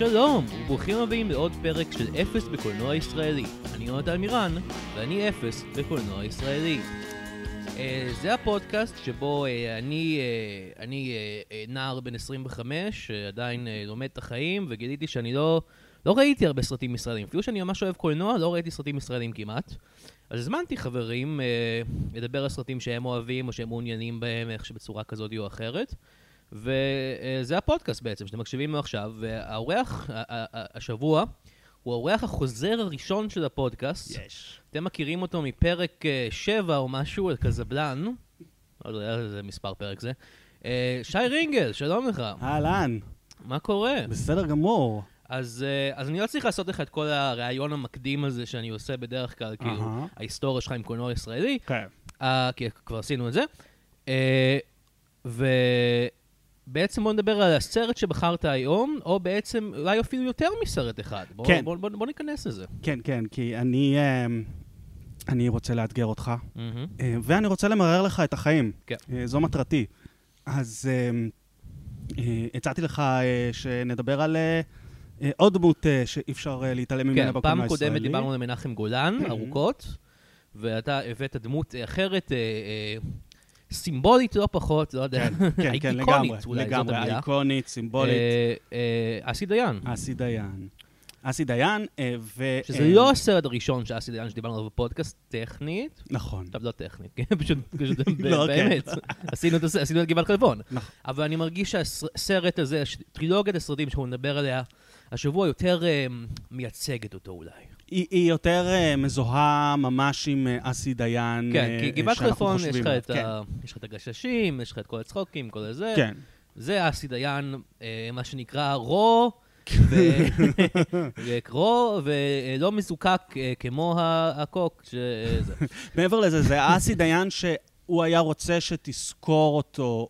שלום, וברוכים הבאים לעוד פרק של אפס בקולנוע ישראלי. אני יונתן מירן, ואני אפס בקולנוע ישראלי. זה הפודקאסט שבו אני נער בן 25, עדיין לומד את החיים, וגיליתי שאני לא ראיתי הרבה סרטים ישראלים. אפילו שאני ממש אוהב קולנוע, לא ראיתי סרטים ישראלים כמעט. אז הזמנתי חברים לדבר על סרטים שהם אוהבים, או שהם מעוניינים בהם, איך שבצורה כזאת או אחרת. וזה הפודקאסט בעצם, שאתם מקשיבים לו עכשיו, והאורח השבוע הוא האורח החוזר הראשון של הפודקאסט. אתם מכירים אותו מפרק 7 או משהו, על קזבלן. לא יודע איזה מספר פרק זה. שי רינגל, שלום לך. אהלן. מה קורה? בסדר גמור. אז אני לא צריך לעשות לך את כל הרעיון המקדים הזה שאני עושה בדרך כלל, כאילו, ההיסטוריה שלך עם קולנוע ישראלי. כן. כי כבר עשינו את זה. בעצם בוא נדבר על הסרט שבחרת היום, או בעצם אולי אפילו יותר מסרט אחד. כן. בוא ניכנס לזה. כן, כן, כי אני רוצה לאתגר אותך, ואני רוצה למרר לך את החיים. כן. זו מטרתי. אז הצעתי לך שנדבר על עוד דמות שאי אפשר להתעלם ממנה בקולנוע הישראלי. פעם קודמת דיברנו על מנחם גולן, ארוכות, ואתה הבאת דמות אחרת, סימבולית לא פחות, לא יודע. כן, כן, לגמרי, אייקונית, סימבולית. אסי דיין. אסי דיין, שזה לא הסרט הראשון שאסי דיין שדיברנו עליו בפודקאסט, טכנית. נכון. טוב, לא טכנית, פשוט באמת. עשינו את גבעת חלבון. אבל אני מרגיש שהסרט הזה, טרילוגיית הסרטים שהוא נדבר עליה, השבוע יותר מייצגת אותו אולי. היא יותר מזוהה ממש עם אסי דיין. כן, כי גבעת חלפון יש לך את הגששים, יש לך את כל הצחוקים, כל הזה. כן. זה אסי דיין, מה שנקרא רו ולא מזוקק כמו הקוק. מעבר לזה, זה אסי דיין שהוא היה רוצה שתזכור אותו.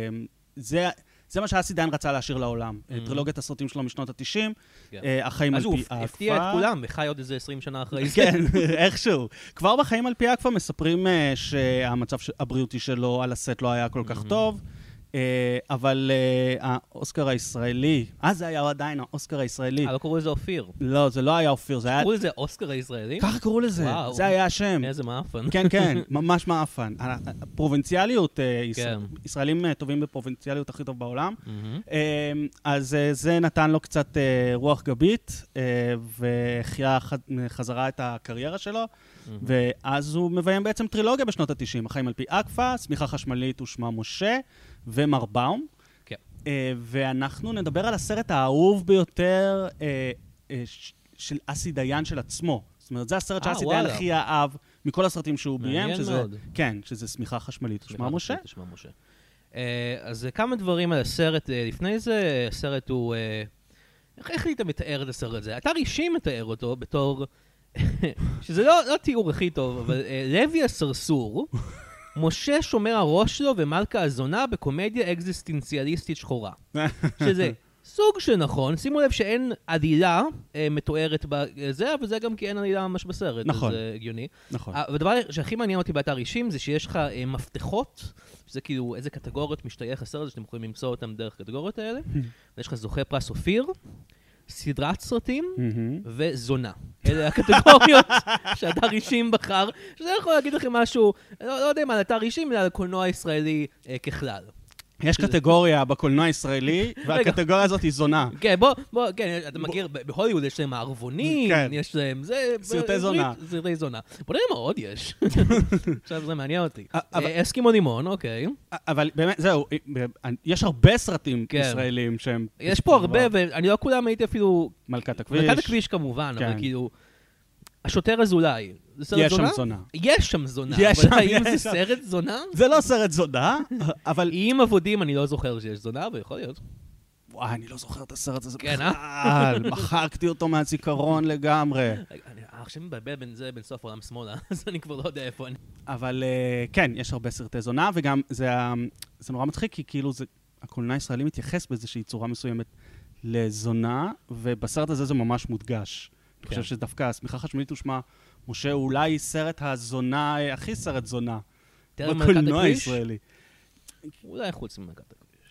זה מה שאסי דיין רצה להשאיר לעולם. טרילוגיית הסרטים שלו משנות ה-90, החיים על פי אקפה. אז הוא הפתיע את כולם, וחי עוד איזה 20 שנה אחרי זה. כן, איכשהו. כבר בחיים על פי אקפה מספרים שהמצב הבריאותי שלו על הסט לא היה כל כך טוב, אבל האוסקר הישראלי, זה היה עדיין האוסקר הישראלי. לא קראו לזה אופיר. לא, זה לא היה אופיר, זה היה... קראו לזה אוסקר הישראלי? ככה קראו לזה, זה היה השם. איזה מאפן. כן, כן, ממש מאפן. הפרובינציאליות, ישראלים טובים בפרובינציאליות הכי טוב בעולם, אז זה נתן לו קצת רוח גבית, והחיה חזרה את הקריירה שלו, ואז הוא מביים בעצם טרילוגיה בשנות ה-90, החיים על פי אקפה, צמיחה חשמלית ושמה משה, ומר באום. כן. ואנחנו נדבר על הסרט האהוב ביותר של אסי דיין של עצמו. זאת אומרת, זה הסרט שאסי דיין הכי אהב מכל הסרטים שהוא ביים, כן, שזה צמיחה חשמלית ושמה משה. אז כמה דברים על הסרט לפני זה. הסרט הוא... איך היית מתאר את הסרט הזה? אתה רישי מתאר אותו בתור... שזה לא תיאור הכי טוב, אבל לוי הסרסור, משה שומר הראש שלו ומלכה הזונה בקומדיה אקזיסטנציאליסטית שחורה. שזה סוג שנכון, שימו לב שאין עלילה מתוארת בזה, אבל זה גם כי אין עלילה ממש בסרט, נכון. אז זה הגיוני. נכון. והדבר שהכי מעניין אותי באתר אישים זה שיש לך מפתחות, שזה כאילו איזה קטגוריות משתייך הסרט הזה, שאתם יכולים למצוא אותם דרך הקטגוריות האלה, ויש לך זוכה פרס אופיר, סדרת סרטים וזונה. אלה הקטגוריות שאתר אישים בחר, שזה יכול להגיד לכם משהו, לא יודע מה, על אתר אישים, אלא על הקולנוע הישראלי ככלל. יש קטגוריה בקולנוע הישראלי, והקטגוריה הזאת היא זונה. כן, בוא, כן, אתה מכיר, בהוליווד יש להם מערבונים, יש להם זה... סרטי זונה. סרטי זונה. בוא נראה מה עוד יש. עכשיו זה מעניין אותי. אסקימו לימון, אוקיי. אבל באמת, זהו, יש הרבה סרטים ישראלים שהם... יש פה הרבה, ואני לא כולם הייתי אפילו... מלכת הכביש. מלכת הכביש כמובן, אבל כאילו... השוטר אזולאי. יש שם זונה. יש שם זונה. אבל האם זה סרט זונה? זה לא סרט זונה, אבל... עם עבודים אני לא זוכר שיש זונה, אבל יכול להיות. וואי, אני לא זוכר את הסרט הזה כן, בכלל. מחקתי אותו מהזיכרון לגמרי. אני עכשיו מבלבל בין זה, בין סוף העולם שמאלה, אז אני כבר לא יודע איפה אני. אבל כן, יש הרבה סרטי זונה, וגם זה נורא מצחיק, כי כאילו הקולנוע הישראלי מתייחס באיזושהי צורה מסוימת לזונה, ובסרט הזה זה ממש מודגש. אני חושב שדווקא צמיחה חשמלית ושמה משה אולי סרט הזונה, הכי סרט זונה. בקולנוע הישראלי. אולי חוץ ממלכת הכביש.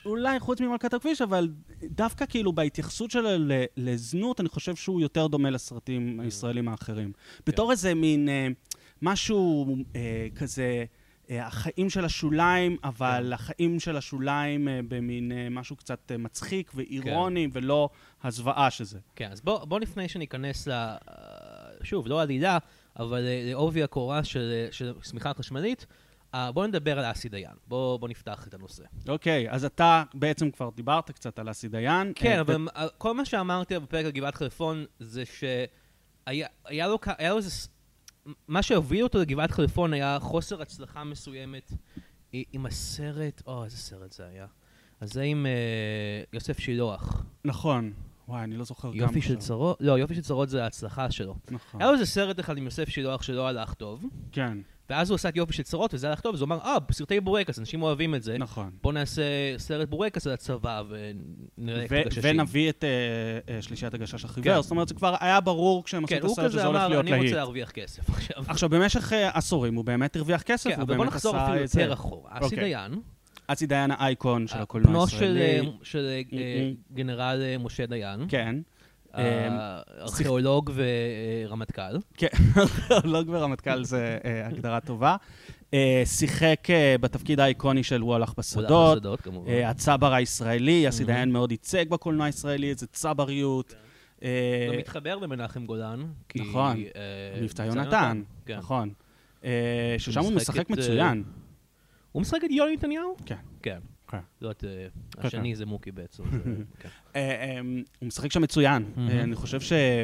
אולי חוץ ממלכת הכביש, אבל דווקא כאילו בהתייחסות שלה לזנות, אני חושב שהוא יותר דומה לסרטים הישראלים האחרים. בתור איזה מין משהו כזה, החיים של השוליים, אבל החיים של השוליים במין משהו קצת מצחיק ואירוני, ולא הזוועה שזה. כן, אז בוא לפני שניכנס שוב, לא עלילה, אבל לעובי הקורה של שמיכה חשמלית, בוא נדבר על אסי דיין. בוא נפתח את הנושא. אוקיי, אז אתה בעצם כבר דיברת קצת על אסי דיין. כן, אבל כל מה שאמרתי בפרק על גבעת חלפון, זה שהיה לו איזה... מה שהוביל אותו לגבעת חלפון היה חוסר הצלחה מסוימת עם הסרט... איזה סרט זה היה? אז זה עם יוסף שילוח. נכון. וואי, אני לא זוכר גם... יופי של צרות? לא, יופי של צרות זה ההצלחה שלו. נכון. היה לו איזה סרט אחד עם יוסף שילוח שלא הלך טוב. כן. ואז הוא עשה את יופי של צרות, וזה הלך טוב, אז הוא אמר, בסרטי בורקס, אנשים אוהבים את זה. נכון. בוא נעשה סרט בורקס על הצבא, ונראה את הגששים. ונביא את שלישיית הגשש החיוור. זאת אומרת, זה כבר היה ברור כשהם עשו את הסרט שזה הולך להיות להיט. אני רוצה להרוויח כסף עכשיו. עכשיו, במשך עשורים הוא באמת הרוויח כסף. כן, אבל בוא נחזור אפילו יותר אחורה. אסי דיין. אסי דיין האייקון של הקולנוע הישראלי. בנו של גנרל משה דיין. כן. ארכיאולוג ורמטכ"ל. כן, ארכיאולוג ורמטכ"ל זה הגדרה טובה. שיחק בתפקיד האיקוני של וולך בשדות. הצבר הישראלי, אסי דיין מאוד ייצג בקולנוע הישראלי, איזה צבריות. גם מתחבר במנחם גולן. נכון, מבצע יונתן. נכון. ששם הוא משחק מצוין. הוא משחק את יוני נתניהו? כן. כן. זאת, השני זה מוקי בעצם. הוא משחק שם מצוין. אני חושב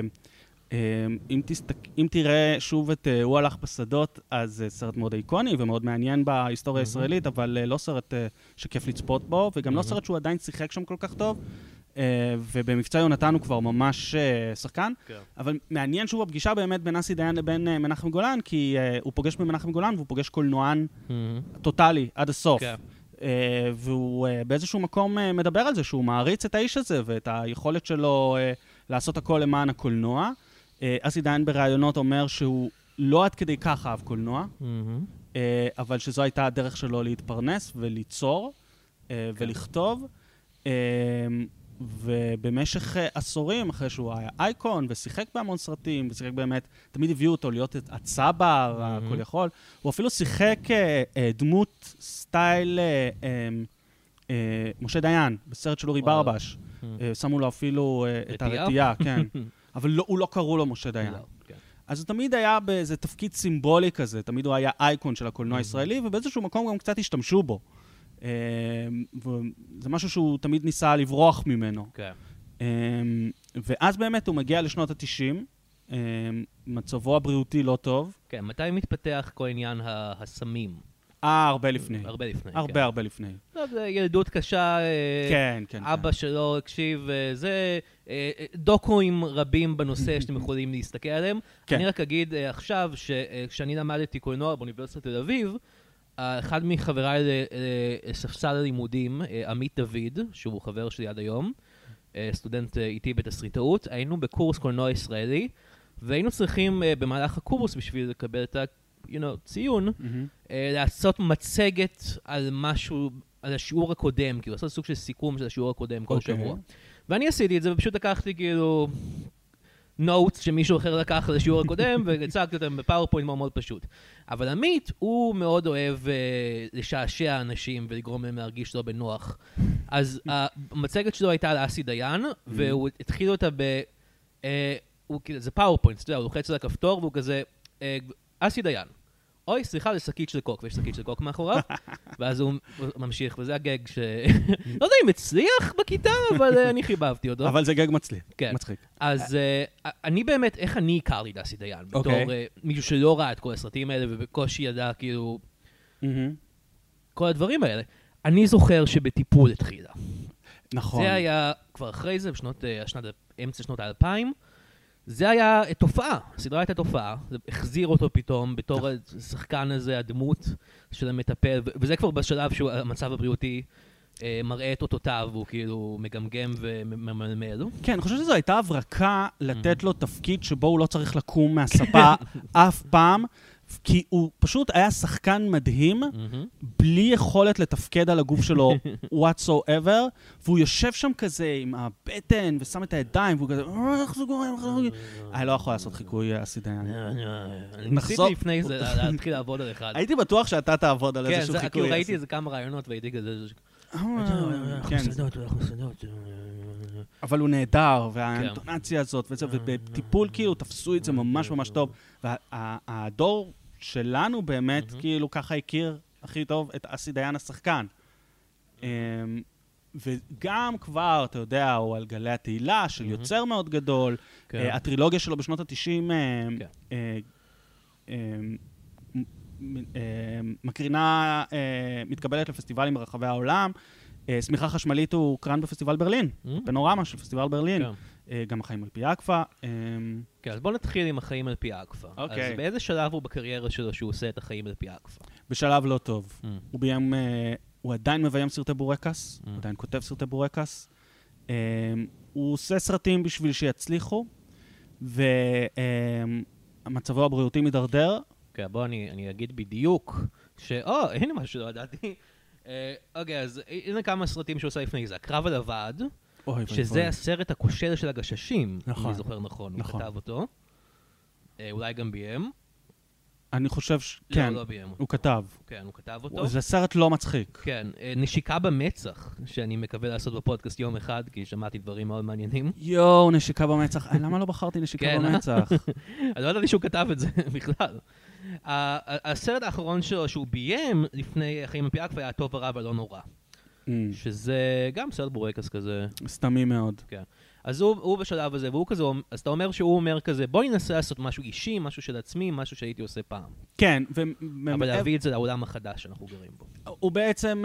שאם תראה שוב את וולך בשדות, אז זה סרט מאוד איקוני ומאוד מעניין בהיסטוריה הישראלית, אבל לא סרט שכיף לצפות בו, וגם לא סרט שהוא עדיין שיחק שם כל כך טוב, ובמבצע יונתן הוא כבר ממש שחקן, אבל מעניין שוב הפגישה באמת בין אסי דיין לבין מנחם גולן, כי הוא פוגש במנחם גולן והוא פוגש קולנוען טוטלי עד הסוף. והוא באיזשהו מקום מדבר על זה, שהוא מעריץ את האיש הזה ואת היכולת שלו לעשות הכל למען הקולנוע. אסי דיין בראיונות אומר שהוא לא עד כדי כך אהב קולנוע, אבל שזו הייתה הדרך שלו להתפרנס וליצור ולכתוב. ובמשך עשורים, אחרי שהוא היה אייקון ושיחק בהמון סרטים, ושיחק באמת, תמיד הביאו אותו להיות הצבר, הכל יכול. הוא אפילו שיחק דמות סטייל משה דיין, בסרט של אורי ברבש. שמו לו אפילו את הרתיעה, כן. אבל הוא לא קראו לו משה דיין. אז הוא תמיד היה באיזה תפקיד סימבולי כזה, תמיד הוא היה אייקון של הקולנוע הישראלי, ובאיזשהו מקום גם קצת השתמשו בו. זה משהו שהוא תמיד ניסה לברוח ממנו. ואז באמת הוא מגיע לשנות ה-90, מצבו הבריאותי לא טוב. כן, מתי מתפתח כל עניין הסמים? הרבה לפני. הרבה לפני. הרבה לפני. זה ילדות קשה, אבא שלו הקשיב, זה דוקואים רבים בנושא שאתם יכולים להסתכל עליהם. אני רק אגיד עכשיו שכשאני למדתי קולנוע באוניברסיטת תל אביב, אחד מחבריי לספסל הלימודים, עמית דוד, שהוא חבר שלי עד היום, סטודנט איתי בתסריטאות, היינו בקורס קולנוע ישראלי, והיינו צריכים במהלך הקורס בשביל לקבל את ציון, לעשות מצגת על משהו, על השיעור הקודם, כאילו לעשות סוג של סיכום של השיעור הקודם כל שבוע. ואני עשיתי את זה, ופשוט לקחתי כאילו נוטס שמישהו אחר לקח לשיעור הקודם, והצגתי אותם בפאורפוינט מאוד מאוד פשוט. אבל עמית, הוא מאוד אוהב לשעשע אנשים ולגרום להם להרגיש לא בנוח. אז המצגת שלו הייתה על אסי דיין, והוא התחיל אותה זה פאורפוינט, אתה יודע, הוא לוחץ על הכפתור, והוא כזה, אסי דיין. אוי, סליחה, זה שקית של קוק, ויש שקית של קוק מאחוריו, ואז הוא ממשיך, וזה הגג לא יודע אם הצליח בכיתה, אבל אני חיבבתי אותו. אבל זה גג מצליח, מצחיק. אז אני באמת, איך אני הכרתי את אסי דיין? בתור מישהו שלא ראה את כל הסרטים האלה, ובקושי ידע כאילו, כל הדברים האלה. אני זוכר שבטיפול התחילה. נכון. זה היה כבר אחרי זה, אמצע שנות ה-2000, זה היה תופעה, הסדרה הייתה תופעה, זה החזיר אותו פתאום בתור השחקן הזה, הדמות של המטפל, וזה כבר בשלב שהמצב הבריאותי מראה את אותותיו, הוא כאילו מגמגם וממלמל. כן, אני חושב שזו הייתה הברקה לתת לו תפקיד שבו הוא לא צריך לקום מהספה אף פעם, כי הוא פשוט היה שחקן מדהים, בלי יכולת לתפקד על הגוף שלו whatsoever, והוא יושב שם כזה עם הבטן, ושם את הידיים, והוא כזה, איך זה גורם, אני לא יכול לעשות חיקוי אסי דיין. אני ניסיתי לפני זה להתחיל לעבוד על אחד. הייתי בטוח שאתה תעבוד על איזשהו חיקוי. כן, ראיתי איזה כמה רעיונות, והייתי כזה... אבל הוא נהדר, והאינטונציה הזאת, ובטיפול כאילו תפסו את זה ממש ממש טוב. והדור שלנו באמת כאילו ככה הכיר הכי טוב את אסי דיין השחקן. וגם כבר, אתה יודע, הוא על גלי התהילה של יוצר מאוד גדול. הטרילוגיה שלו בשנות ה-90 מקרינה, מתקבלת לפסטיבלים ברחבי העולם. סמיכה חשמלית הוא קרן בפסטיבל ברלין, פנורמה של פסטיבל ברלין. גם החיים על פי אקפה. כן, אז בואו נתחיל עם החיים על פי אקפה. אז אוקיי. באיזה שלב הוא בקריירה שלו שהוא עושה את החיים על פי אקפה? בשלב לא טוב. הוא עדיין מביים סרטי בורקס, הוא עדיין כותב סרטי בורקס. הוא עושה סרטים בשביל שיצליחו, ומצבו הבריאותי מדרדר. כן, בואו אני אגיד בדיוק הנה משהו שלא ידעתי. אוקיי, אז הנה כמה סרטים שהוא עושה לפני זה. הקרב על הוועד, שזה הסרט הכושל של הגששים, אם אני זוכר נכון. הוא כתב אותו. אולי גם ביים. אני חושב כן, הוא כתב. כן, הוא כתב אותו. זה סרט לא מצחיק. כן, נשיקה במצח, שאני מקווה לעשות בפודקאסט יום אחד, כי שמעתי דברים מאוד מעניינים. יואו, נשיקה במצח. למה לא בחרתי נשיקה במצח? אני לא ידעתי שהוא כתב את זה בכלל. הסרט האחרון שלו שהוא ביים לפני החיים על פי אקפה היה טוב ורע ולא נורא. שזה גם סרט בורקס כזה. סתמי מאוד. כן. אז הוא בשלב הזה, והוא כזה, אז אתה אומר שהוא אומר כזה, בואי ננסה לעשות משהו אישי, משהו של עצמי, משהו שהייתי עושה פעם. כן. אבל להביא את זה לעולם החדש שאנחנו גרים בו. הוא בעצם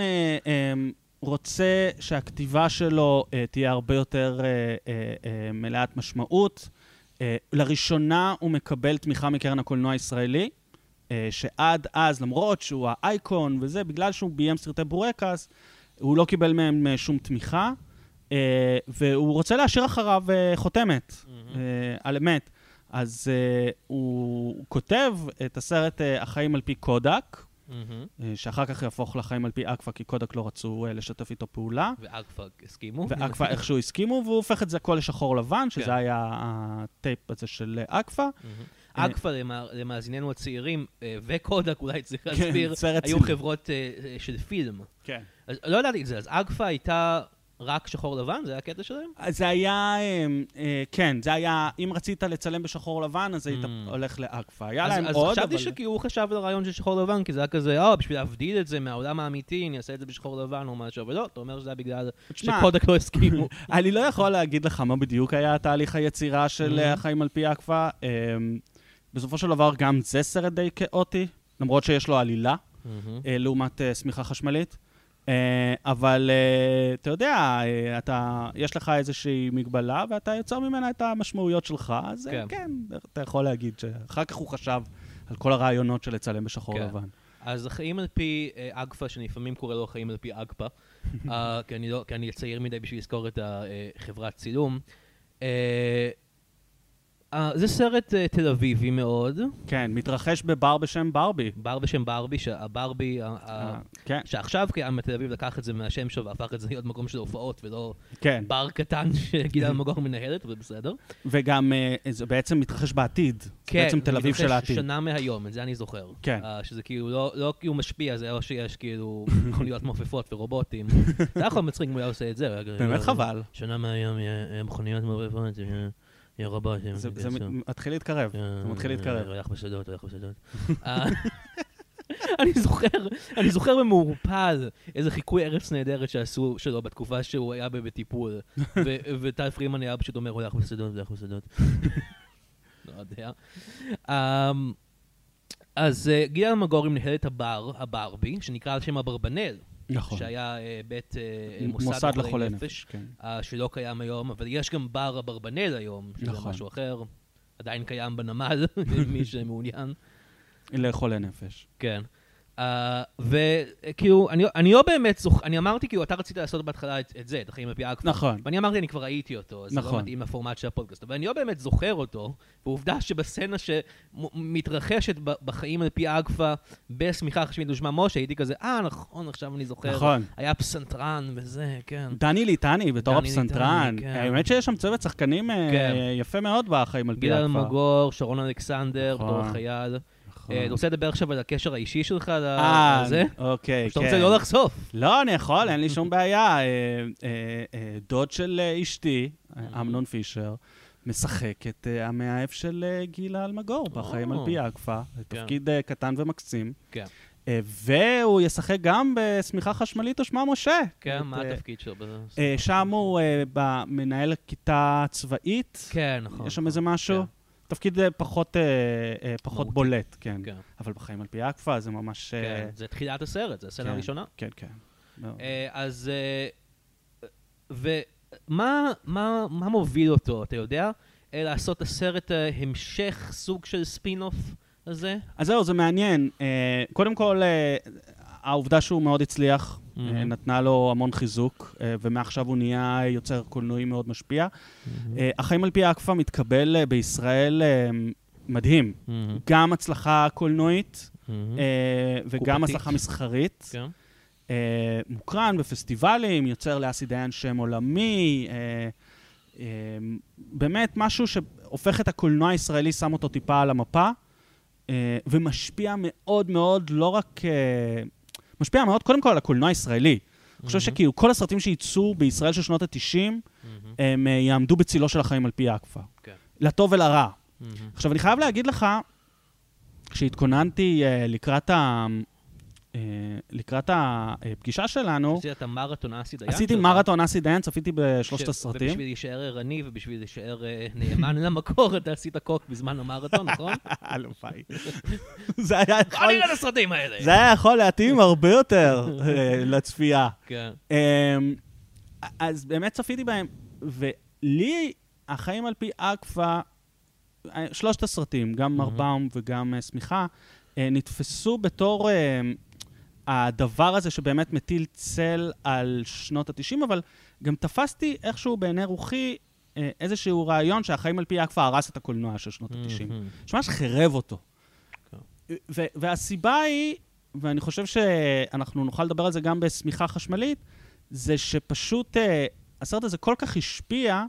רוצה שהכתיבה שלו תהיה הרבה יותר מלאת משמעות. לראשונה הוא מקבל תמיכה מקרן הקולנוע הישראלי, שעד אז, למרות שהוא האייקון וזה, בגלל שהוא ביים סרטי בורקס, הוא לא קיבל מהם שום תמיכה. והוא רוצה להשאיר אחריו חותמת על אמת. אז הוא כותב את הסרט החיים על פי קודק, שאחר כך יהפוך לחיים על פי אקפה, כי קודק לא רצו לשתף איתו פעולה. ואקפה הסכימו. ואקפה איכשהו הסכימו, והוא הופך את זה הכל לשחור לבן, שזה היה הטייפ הזה של אקפה. אקפה, למאזיננו הצעירים, וקודק אולי צריך להסביר, היו חברות של פילם. כן. לא ידעתי את זה, אז אקפה הייתה... רק שחור לבן? זה היה הקטע שלהם? זה היה, כן, זה היה, אם רצית לצלם בשחור לבן, אז היית הולך לאקפה. היה להם עוד, אבל... אז חשבתי שכי הוא חשב על הרעיון של שחור לבן, כי זה היה כזה, בשביל להבדיל את זה מהעולם האמיתי, אני אעשה את זה בשחור לבן או משהו, ולא, אתה אומר שזה היה בגלל שקודק לא הסכימו. אני לא יכול להגיד לך מה בדיוק היה תהליך היצירה של החיים על פי אקפה. בסופו של דבר, גם זה סרט די כאוטי, למרות שיש לו עלילה, לעומת סמיכה חשמלית. אבל אתה יודע, יש לך איזושהי מגבלה ואתה יוצר ממנה את המשמעויות שלך, אז כן, אתה יכול להגיד שאחר כך הוא חשב על כל הרעיונות של לצלם בשחור לבן. אז החיים על פי אגפה, שאני לפעמים קורא לו החיים על פי אגפה, כי אני צעיר מדי בשביל לזכור את החברת צילום, זה סרט תל אביבי מאוד. כן, מתרחש בבר בשם ברבי. בר בשם ברבי, שהברבי, שעכשיו קיים בתל אביב לקח את זה מהשם שלו והפך את זה להיות מקום של הופעות ולא בר קטן שגילה מגור מנהלת, ובסדר. וגם זה בעצם מתרחש בעתיד. בעצם תל אביב של העתיד. כן, מתרחש שנה מהיום, את זה אני זוכר. כן. שזה כאילו לא כי הוא משפיע, זה לא שיש כאילו מכוניות מעופפות ורובוטים. זה יכול מצחיק אם הוא היה עושה את זה. באמת חבל. שנה מהיום מכוניות מעופפות. רובוטים. זה מתחיל להתקרב. זה מתחיל להתקרב. הולך בשדות. אני זוכר במעורפל איזה חיקוי ארץ נהדרת שעשו שלו בתקופה שהוא היה בטיפול. וטל פרימן היה פשוט אומר, הולך בשדות. לא יודע. אז גילה אלמגור מנהלת הברבי, שנקרא על שם אברבנאל. נכון. שהיה בית מוסד לחולי נפש, שלא קיים היום, אבל יש גם בר אברבנאל היום, שזה משהו אחר, עדיין קיים בנמל, מי שמעוניין. לחולי נפש. כן. וכאילו, אני לא באמת אני אמרתי, כאילו, אתה רצית לעשות בהתחלה את זה, את החיים על פי אקפה. נכון. ואני אמרתי, אני כבר ראיתי אותו, אז זה לא מתאים לפורמט של הפודקאסט. אבל אני לא באמת זוכר אותו, ועובדה שבסצנה שמתרחשת בחיים על פי אקפה, בסמיכה חשמית ושמה משה, הייתי כזה, נכון, עכשיו אני זוכר. נכון. היה פסנתרן וזה, כן. דני ליטני בתור הפסנתרן. האמת שיש שם צוות שחקנים יפה מאוד בחיים על פי אקפה. גיל אלמגור, שרון אלכסנדר, בתור החייל. אתה רוצה לדבר עכשיו על הקשר האישי שלך לזה? אוקיי, כן. שאתה רוצה לא לחשוף? לא, אני יכול, אין לי שום בעיה. דוד של אשתי, אמנון פישר, משחק את המאהב של גיל אלמגור בחיים על פי אקפה. תפקיד קטן ומקסים. כן. והוא ישחק גם בסמיכה חשמלית ושמה משה. כן, מה התפקיד שלו? שם הוא במנהל כיתה צבאית. כן, נכון. יש שם איזה משהו? תפקיד פחות בולט, כן. אבל בחיים על פי אקפה זה ממש... כן, זה תחילת הסרט, זה הסצנה הראשונה. כן, כן. אז... ומה מוביל אותו, אתה יודע? לעשות הסרט המשך, סוג של ספין-אוף הזה? אז זהו, זה מעניין. קודם כל, העובדה שהוא מאוד הצליח, נתנה לו המון חיזוק, ומעכשיו הוא נהיה יוצר קולנועי מאוד משפיע. החיים על פי אקפה מתקבל בישראל מדהים. גם הצלחה קולנועית, וגם הצלחה מסחרית. מוקרן בפסטיבלים, יוצר לאסי דיין שם עולמי. באמת משהו שהופך את הקולנוע הישראלי, שם אותו טיפה על המפה, ומשפיע מאוד מאוד, לא רק... משפיע מאוד קודם כל על הקולנוע הישראלי. אני חושב שכאילו כל הסרטים שייצאו בישראל של שנות ה-90, הם יעמדו בצילו של החיים על פי אקפה. לטוב ולרע. עכשיו, אני חייב להגיד לך, כשהתכוננתי לקראת הפגישה שלנו... עשית את המרתון אסי דיין? עשיתי מרתון אסי דיין, צפיתי בשלושת הסרטים. ובשביל להישאר ערני ובשביל להישאר נאמן למקור, אתה עשית קוק בזמן המרתון, נכון? אלופיי. זה היה יכול... אני רואה את הסרטים האלה. זה היה יכול להתאים הרבה יותר לצפייה. כן. אז באמת צפיתי בהם, ולי החיים על פי אקפה, שלושת הסרטים, גם מרבם וגם סמיכה, נתפסו בתור הדבר הזה שבאמת מטיל צל על שנות ה-90, אבל גם תפסתי איכשהו בעיני רוחי איזשהו רעיון שהחיים על פי אקפה הרס את הקולנוע של שנות ה-90. שממש חרב אותו. והסיבה היא, ואני חושב שאנחנו נוכל לדבר על זה גם בסמיכה חשמלית, זה שפשוט הסרט הזה כל כך השפיע,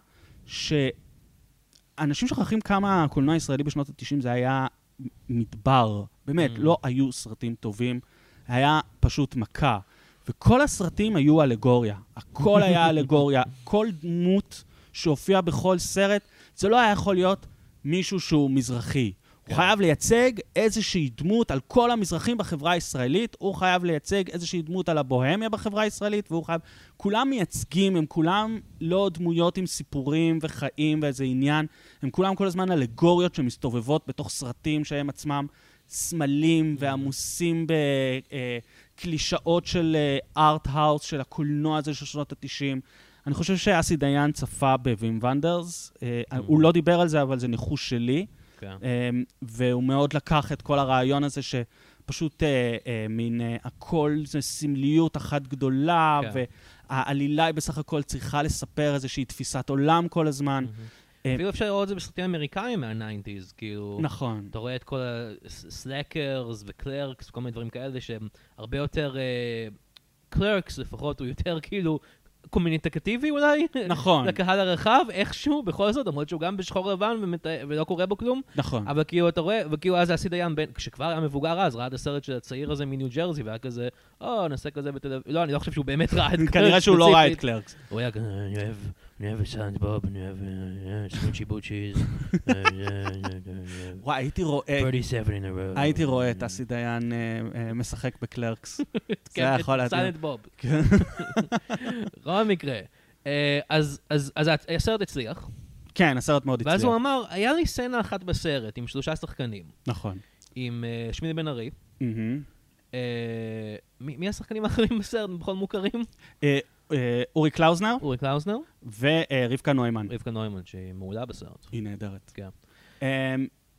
שאנשים שוכחים כמה הקולנוע הישראלי בשנות ה-90 זה היה מדבר. באמת, לא היו סרטים טובים, היה פשוט מכה. וכל הסרטים היו אלגוריה. הכל היה אלגוריה. כל דמות שהופיע בכל סרט, זה לא היה יכול להיות מישהו שהוא מזרחי. הוא חייב לייצג איזושהי דמות על כל המזרחים בחברה הישראלית, הוא חייב לייצג איזושהי דמות על הבוהמיה בחברה הישראלית, והוא חייב... כולם מייצגים, הם כולם לא דמויות עם סיפורים וחיים ואיזה עניין, הם כולם כל הזמן אלגוריות שמסתובבות בתוך סרטים שהם עצמם סמלים ועמוסים בקלישאות של ארט-האוס, של הקולנוע הזה של שנות ה-90. אני חושב שאסי דיין צפה בווים ונדרס, הוא לא דיבר על זה, אבל זה ניחוש שלי. והוא מאוד לקח את כל הרעיון הזה שפשוט מין הכל זה סמליות אחת גדולה, והעלילה היא בסך הכל צריכה לספר איזושהי תפיסת עולם כל הזמן. אפילו אפשר לראות את זה בסרטים אמריקאים מה-90s, כאילו... נכון. אתה רואה את כל הסלקרס וקלרקס וכל מיני דברים כאלה שהם הרבה יותר... קלרקס לפחות הוא יותר כאילו... קומוניקטיבי אולי? נכון. לקהל הרחב, איכשהו, בכל זאת, למרות שהוא גם בשחור לבן ולא קורה בו כלום. נכון. אבל כאילו, אתה רואה, וכאילו אז עשי דיין, כשכבר היה מבוגר אז, ראה את הסרט של הצעיר הזה מניו ג'רזי, והיה כזה, נעשה כזה לא, אני לא חושב שהוא באמת ראה את קלרקס. כנראה שהוא לא ראה את קלרקס. הוא היה כזה, אני אוהב סאנד בוב, אני אוהב סמוצ'י בוצ'יז. וואי, הייתי רואה את עשי דיין משחק בקלרקס. זה היה יכול להתאים. סאנד בוב. בכל מקרה. אז הסרט הצליח. כן, הסרט מאוד הצליח. ואז הוא אמר, היה לי סצנה אחת בסרט עם 3 שחקנים. נכון. עם שמיני בן ארי. מי השחקנים האחרים בסרט? בכל מוכרים? אורי קלאוזנר. אורי קלאוזנר. ורבקה נוימן. רבקה נוימן, שהיא מעולה בסרט. היא נהדרת. כן.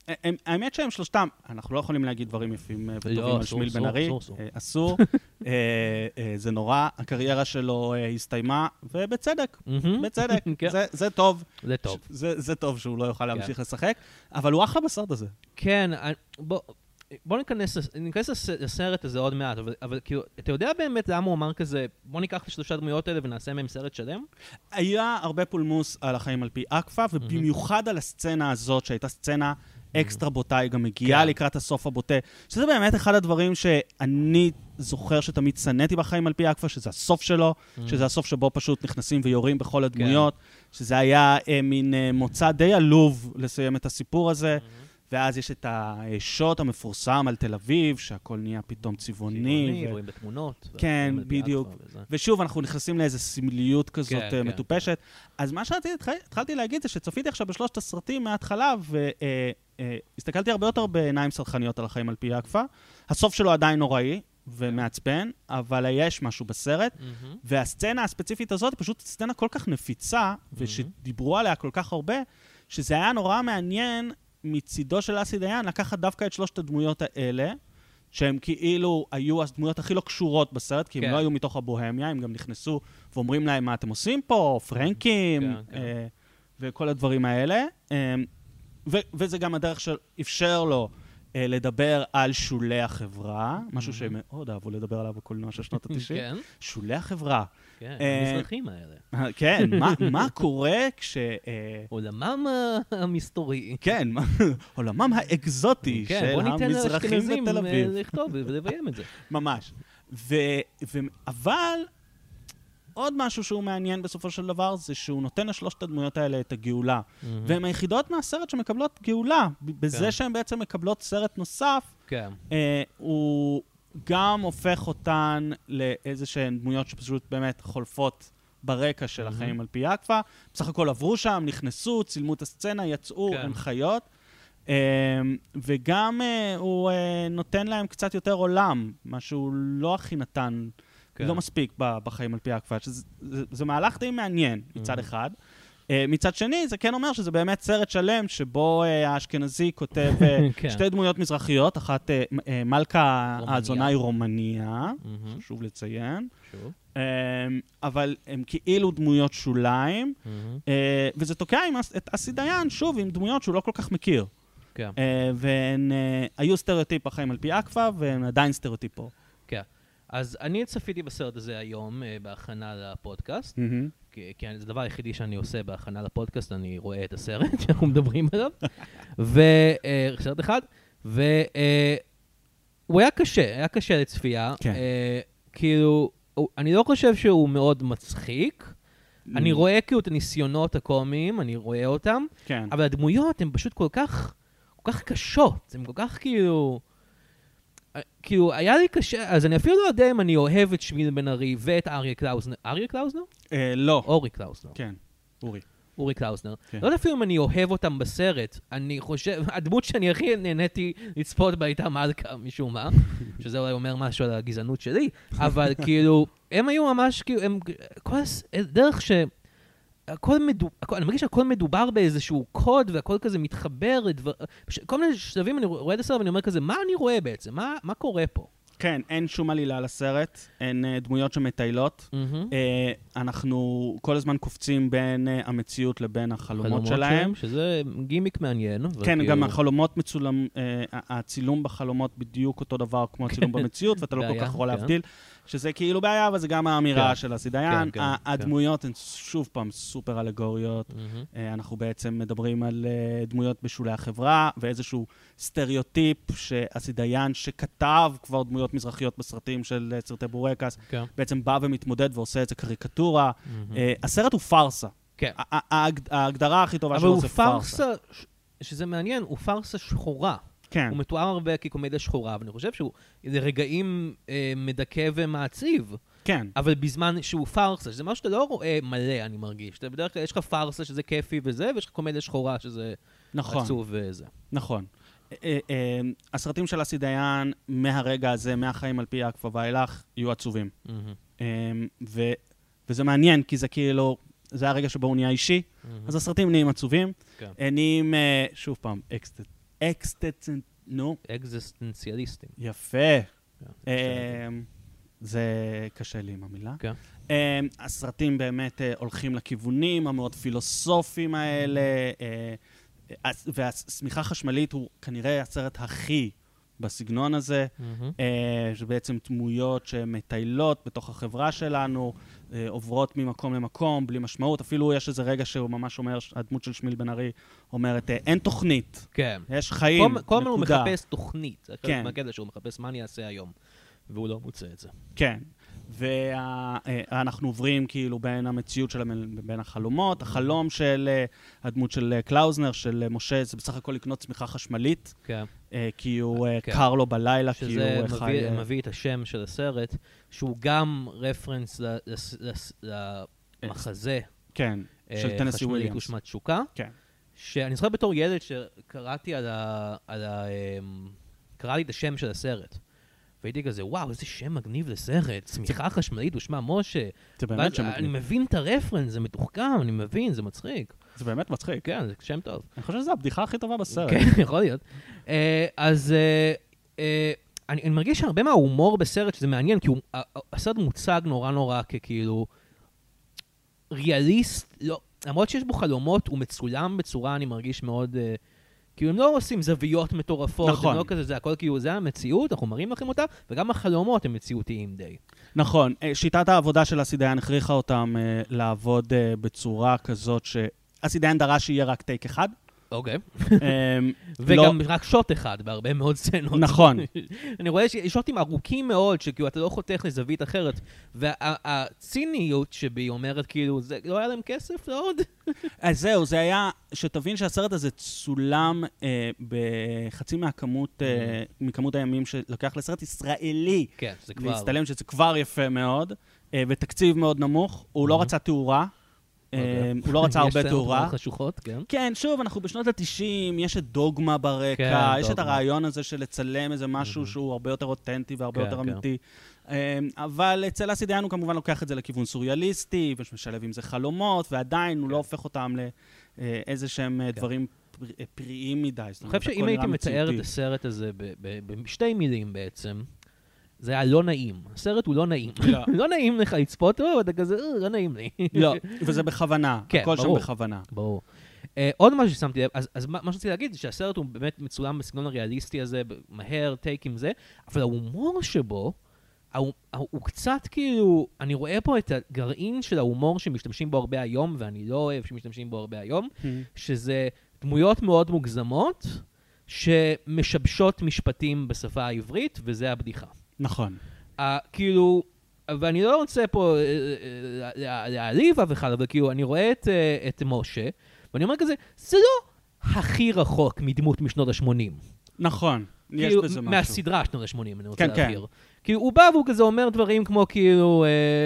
האמת שהם שלושתם, אנחנו לא יכולים להגיד דברים יפים וטובים על שמיל בן ארי. אסור. זה נורא. הקריירה שלו הסתיימה, ובצדק. בצדק. זה טוב. זה טוב. זה טוב שהוא לא יוכל להמשיך לשחק, אבל הוא אחלה בסרט הזה. כן, בוא ניכנס לסרט הזה עוד מעט, אבל כאילו, אתה יודע באמת למה הוא אמר כזה, בוא ניקח את שלושה דמויות האלה ונעשה מהם סרט שלם? היה הרבה פולמוס על החיים על פי אקפה, ובמיוחד על הסצנה הזאת, שהייתה סצנה אקסטרה בוטה, היא גם מגיעה לקראת הסוף הבוטה, שזה באמת אחד הדברים שאני זוכר שתמיד שנאתי בחיים על פי אקפה, שזה הסוף שלו, שזה הסוף שבו פשוט נכנסים ויורים בכל הדמויות, שזה היה מין מוצא די עלוב לסיים את הסיפור הזה, ואז יש את השוט המפורסם על תל אביב, שהכל נהיה פתאום צבעוני. רואים בתמונות. כן, בדיוק. ושוב, אנחנו נכנסים לאיזו סמליות כזאת מטופשת. אז מה שהתחלתי להגיד זה שצפיתי עכשיו בשלושת הסרטים מההתחלה, והסתכלתי הרבה יותר בעיניים סלחניות על החיים על פי אקפה. הסוף שלו עדיין נוראי ומעצבן, אבל יש משהו בסרט, והסצנה הספציפית הזאת היא פשוט סצנה כל כך נפיצה, ושדיברו עליה כל כך הרבה, שזה היה נורא מעניין מצידו של אסי דיין לקחת דווקא את שלושת הדמויות האלה, שהם כאילו היו הדמויות הכי לא קשורות בסרט, כי הם לא היו מתוך הבוהמיה, הם גם נכנסו ואומרים להם מה אתם עושים פה, פרנקים, וכל הדברים האלה. וזה גם הדרך שאפשר לו לדבר על שולי החברה, משהו שמאוד אהבו לדבר עליו בקולנוע של שנות ה-90. שולי החברה. כן, המזרחים האלה. כן, מה קורה כש... עולמם המסתורי. כן, עולמם האקזוטי של המזרחים בתל אביב. לכתוב ולביים את זה. ממש. אבל עוד משהו שהוא מעניין בסופו של דבר, זה שהוא נותן לשלושת הדמויות האלה את הגאולה. והן היחידות מהסרט שמקבלות גאולה. בזה שהן בעצם מקבלות סרט נוסף, הוא גם הופך אותן לאיזשהן דמויות שפשוט באמת חולפות ברקע של החיים על פי אקפה. בסך הכל עברו שם, נכנסו, צילמו את הסצנה, יצאו, הם חיות. וגם הוא נותן להם קצת יותר עולם, מה שהוא לא הכי נתן, לא מספיק בחיים על פי אקפה. זה מהלך די מעניין מצד אחד. מצד שני, זה כן אומר שזה באמת סרט שלם שבו האשכנזי כותב שתי דמויות מזרחיות, אחת מלכה האזונה היא רומניה, חשוב לציין, אבל הם כאילו דמויות שוליים, וזה תוקע את אסי דיין, שוב, עם דמויות שהוא לא כל כך מכיר. והן היו סטריאוטיפ בחיים על פי אקפה, והן עדיין סטריאוטיפ פה. כן. אז אני צפיתי בסרט הזה היום בהכנה לפודקאסט, כי זה הדבר היחידי שאני עושה בהכנה לפודקאסט, אני רואה את הסרט שאנחנו מדברים עליו, סרט אחד, והוא היה קשה לצפייה, כאילו, אני לא חושב שהוא מאוד מצחיק, אני רואה כאילו את הניסיונות הקומיים, אני רואה אותם, אבל הדמויות הן פשוט כל כך קשות, הן כל כך כאילו, היה לי קשה, אז אני אפילו לא יודע אם אני אוהב את שמיל בן ארי ואת אריה קלאוזנר. אריה קלאוזנר? לא. אורי קלאוזנר. כן, אורי. אורי קלאוזנר. לא יודע אפילו אם אני אוהב אותם בסרט. אני חושב, הדמות שאני הכי נהניתי לצפות בה הייתה מלכה, משום מה, שזה אולי אומר משהו על הגזענות שלי, אבל כאילו, הם היו ממש, כאילו, הם, כל דרך ש... אני מרגיש שהכל מדובר באיזשהו קוד, והכל כזה מתחבר לדבר... כל מיני שלבים אני רואה את הסרט ואני אומר כזה, מה אני רואה בעצם? מה קורה פה? כן, אין שום עלילה לסרט, אין דמויות שמטיילות. אנחנו כל הזמן קופצים בין המציאות לבין החלומות שלהם. שזה גימיק מעניין. כן, גם החלומות מצולם, הצילום בחלומות בדיוק אותו דבר כמו הצילום במציאות, ואתה לא כל כך יכול להבדיל. שזה כאילו בעיה, אבל זה גם האמירה של אסי דיין. הדמויות הן שוב פעם סופר אלגוריות. אנחנו בעצם מדברים על דמויות בשולי החברה, ואיזשהו סטריאוטיפ שאסי דיין שכתב כבר דמויות מזרחיות בסרטים של סרטי בורקס, בעצם בא ומתמודד ועושה את זה קריקטורה. הסרט הוא פרסה. ההגדרה הכי טובה שלו זה פרסה. אבל הוא פרסה, שזה מעניין, הוא פרסה שחורה. כן. הוא מתואר הרבה כקומדיה שחורה, ואני חושב שהוא לרגעים מדכא ומעציב. כן. אבל בזמן שהוא פרסה, שזה משהו שאתה לא רואה מלא, אני מרגיש. בדרך כלל יש לך פרסה שזה כיפי וזה, ויש לך קומדיה שחורה שזה עצוב וזה. נכון. הסרטים של אסי דיין, מהרגע הזה, מהחיים על פי אקפה ואילך, יהיו עצובים. וזה מעניין, כי זה כאילו, זה הרגע שבו הוא נהיה אישי, אז הסרטים נהיים עצובים. נהיים, שוב פעם, אקזיסטנציאליסטים. יפה. זה קשה לי עם המילה. הסרטים באמת הולכים לכיוונים המאוד פילוסופיים האלה, והשמיכה חשמלית הוא כנראה הסרט הכי בסגנון הזה, שבעצם דמויות שמטיילות בתוך החברה שלנו, עוברות ממקום למקום, בלי משמעות. אפילו יש איזה רגע שהוא ממש אומר, הדמות של שמיל בן ארי אומרת, אין תוכנית. כן. יש חיים, נקודה. כל הזמן הוא מחפש תוכנית. כן. מהקטע שהוא מחפש מה אני אעשה היום, והוא לא מוצא את זה. כן. ואנחנו עוברים כאילו בין המציאות שלהם, בין החלומות. החלום של הדמות של קלאוזנר, של משה, זה בסך הכל לקנות צמיחה חשמלית. כן. כי הוא קר לו בלילה, כי הוא חי... שזה מביא את השם של הסרט, שהוא גם רפרנס למחזה. כן, של טנסי וויליאמס. חשמלית ושמת תשוקה. כן. שאני זוכר בתור ילד שקראתי קראתי את השם של הסרט. והייתי כזה, וואו, איזה שם מגניב לסרט, צמיחה חשמלית ושמה משה. זה באמת שם מגניב. אני מבין את הרפרנס, זה מתוחכם, אני מבין, זה מצחיק. זה באמת מצחיק. כן, זה שם טוב. אני חושב שזו הבדיחה הכי טובה בסרט. כן, יכול להיות. אז אני מרגיש שהרבה מההומור בסרט, שזה מעניין, כי הסרט מוצג נורא ככאילו ריאליסט, למרות שיש בו חלומות, הוא מצולם בצורה, אני מרגיש מאוד... כאילו הם לא עושים זוויות מטורפות, נכון. הם לא כזה, זה הכל כאילו, זה המציאות, אנחנו מראים לכם אותה, וגם החלומות הם מציאותיים די. נכון, שיטת העבודה של אסי דיין הכריחה אותם לעבוד בצורה כזאת שאסי דיין דרש שיהיה רק טייק אחד. אוקיי. וגם רק שוט אחד בהרבה מאוד סצנות. נכון. אני רואה שיש שוטים ארוכים מאוד, שכאילו אתה לא חותך לזווית אחרת, והציניות שבי אומרת כאילו, זה לא היה להם כסף לעוד? אז זהו, זה היה, שתבין שהסרט הזה צולם בחצי מכמות הימים שלוקח לסרט ישראלי. כן, זה כבר. להסתלם שזה כבר יפה מאוד, ותקציב מאוד נמוך, הוא לא רצה תאורה. הוא לא רצה הרבה תאורה. יש חשוכות, כן. כן, שוב, אנחנו בשנות ה-90, יש את דוגמה ברקע, יש את הרעיון הזה של לצלם איזה משהו שהוא הרבה יותר אותנטי והרבה יותר אמיתי. אבל אצל אסי דיין הוא כמובן לוקח את זה לכיוון סוריאליסטי, ומשלב עם זה חלומות, ועדיין הוא לא הופך אותם לאיזה שהם דברים פריאים מדי. אני חושב שאם הייתי מתאר את הסרט הזה בשתי מילים בעצם, זה היה לא נעים. הסרט הוא לא נעים. לא נעים לך לצפות, ואתה כזה, לא נעים לי. לא, וזה בכוונה. הכל שם בכוונה. ברור. עוד משהו ששמתי לב, אז מה שרציתי להגיד, זה שהסרט הוא באמת מצולם בסגנון הריאליסטי הזה, מהר, טייק עם זה, אבל ההומור שבו, הוא קצת כאילו, אני רואה פה את הגרעין של ההומור שמשתמשים בו הרבה היום, ואני לא אוהב שמשתמשים בו הרבה היום, שזה דמויות מאוד מוגזמות, שמשבשות משפטים בשפה העברית, וזה הבדיחה. נכון. כאילו, ואני לא רוצה פה להעליב אף אחד, אבל כאילו, אני רואה את משה, ואני אומר כזה, זה לא הכי רחוק מדמות משנות ה-80. נכון, יש בזה משהו. מהסדרה שנות ה-80, אני רוצה להעביר. כאילו, הוא בא והוא כזה אומר דברים כמו כאילו...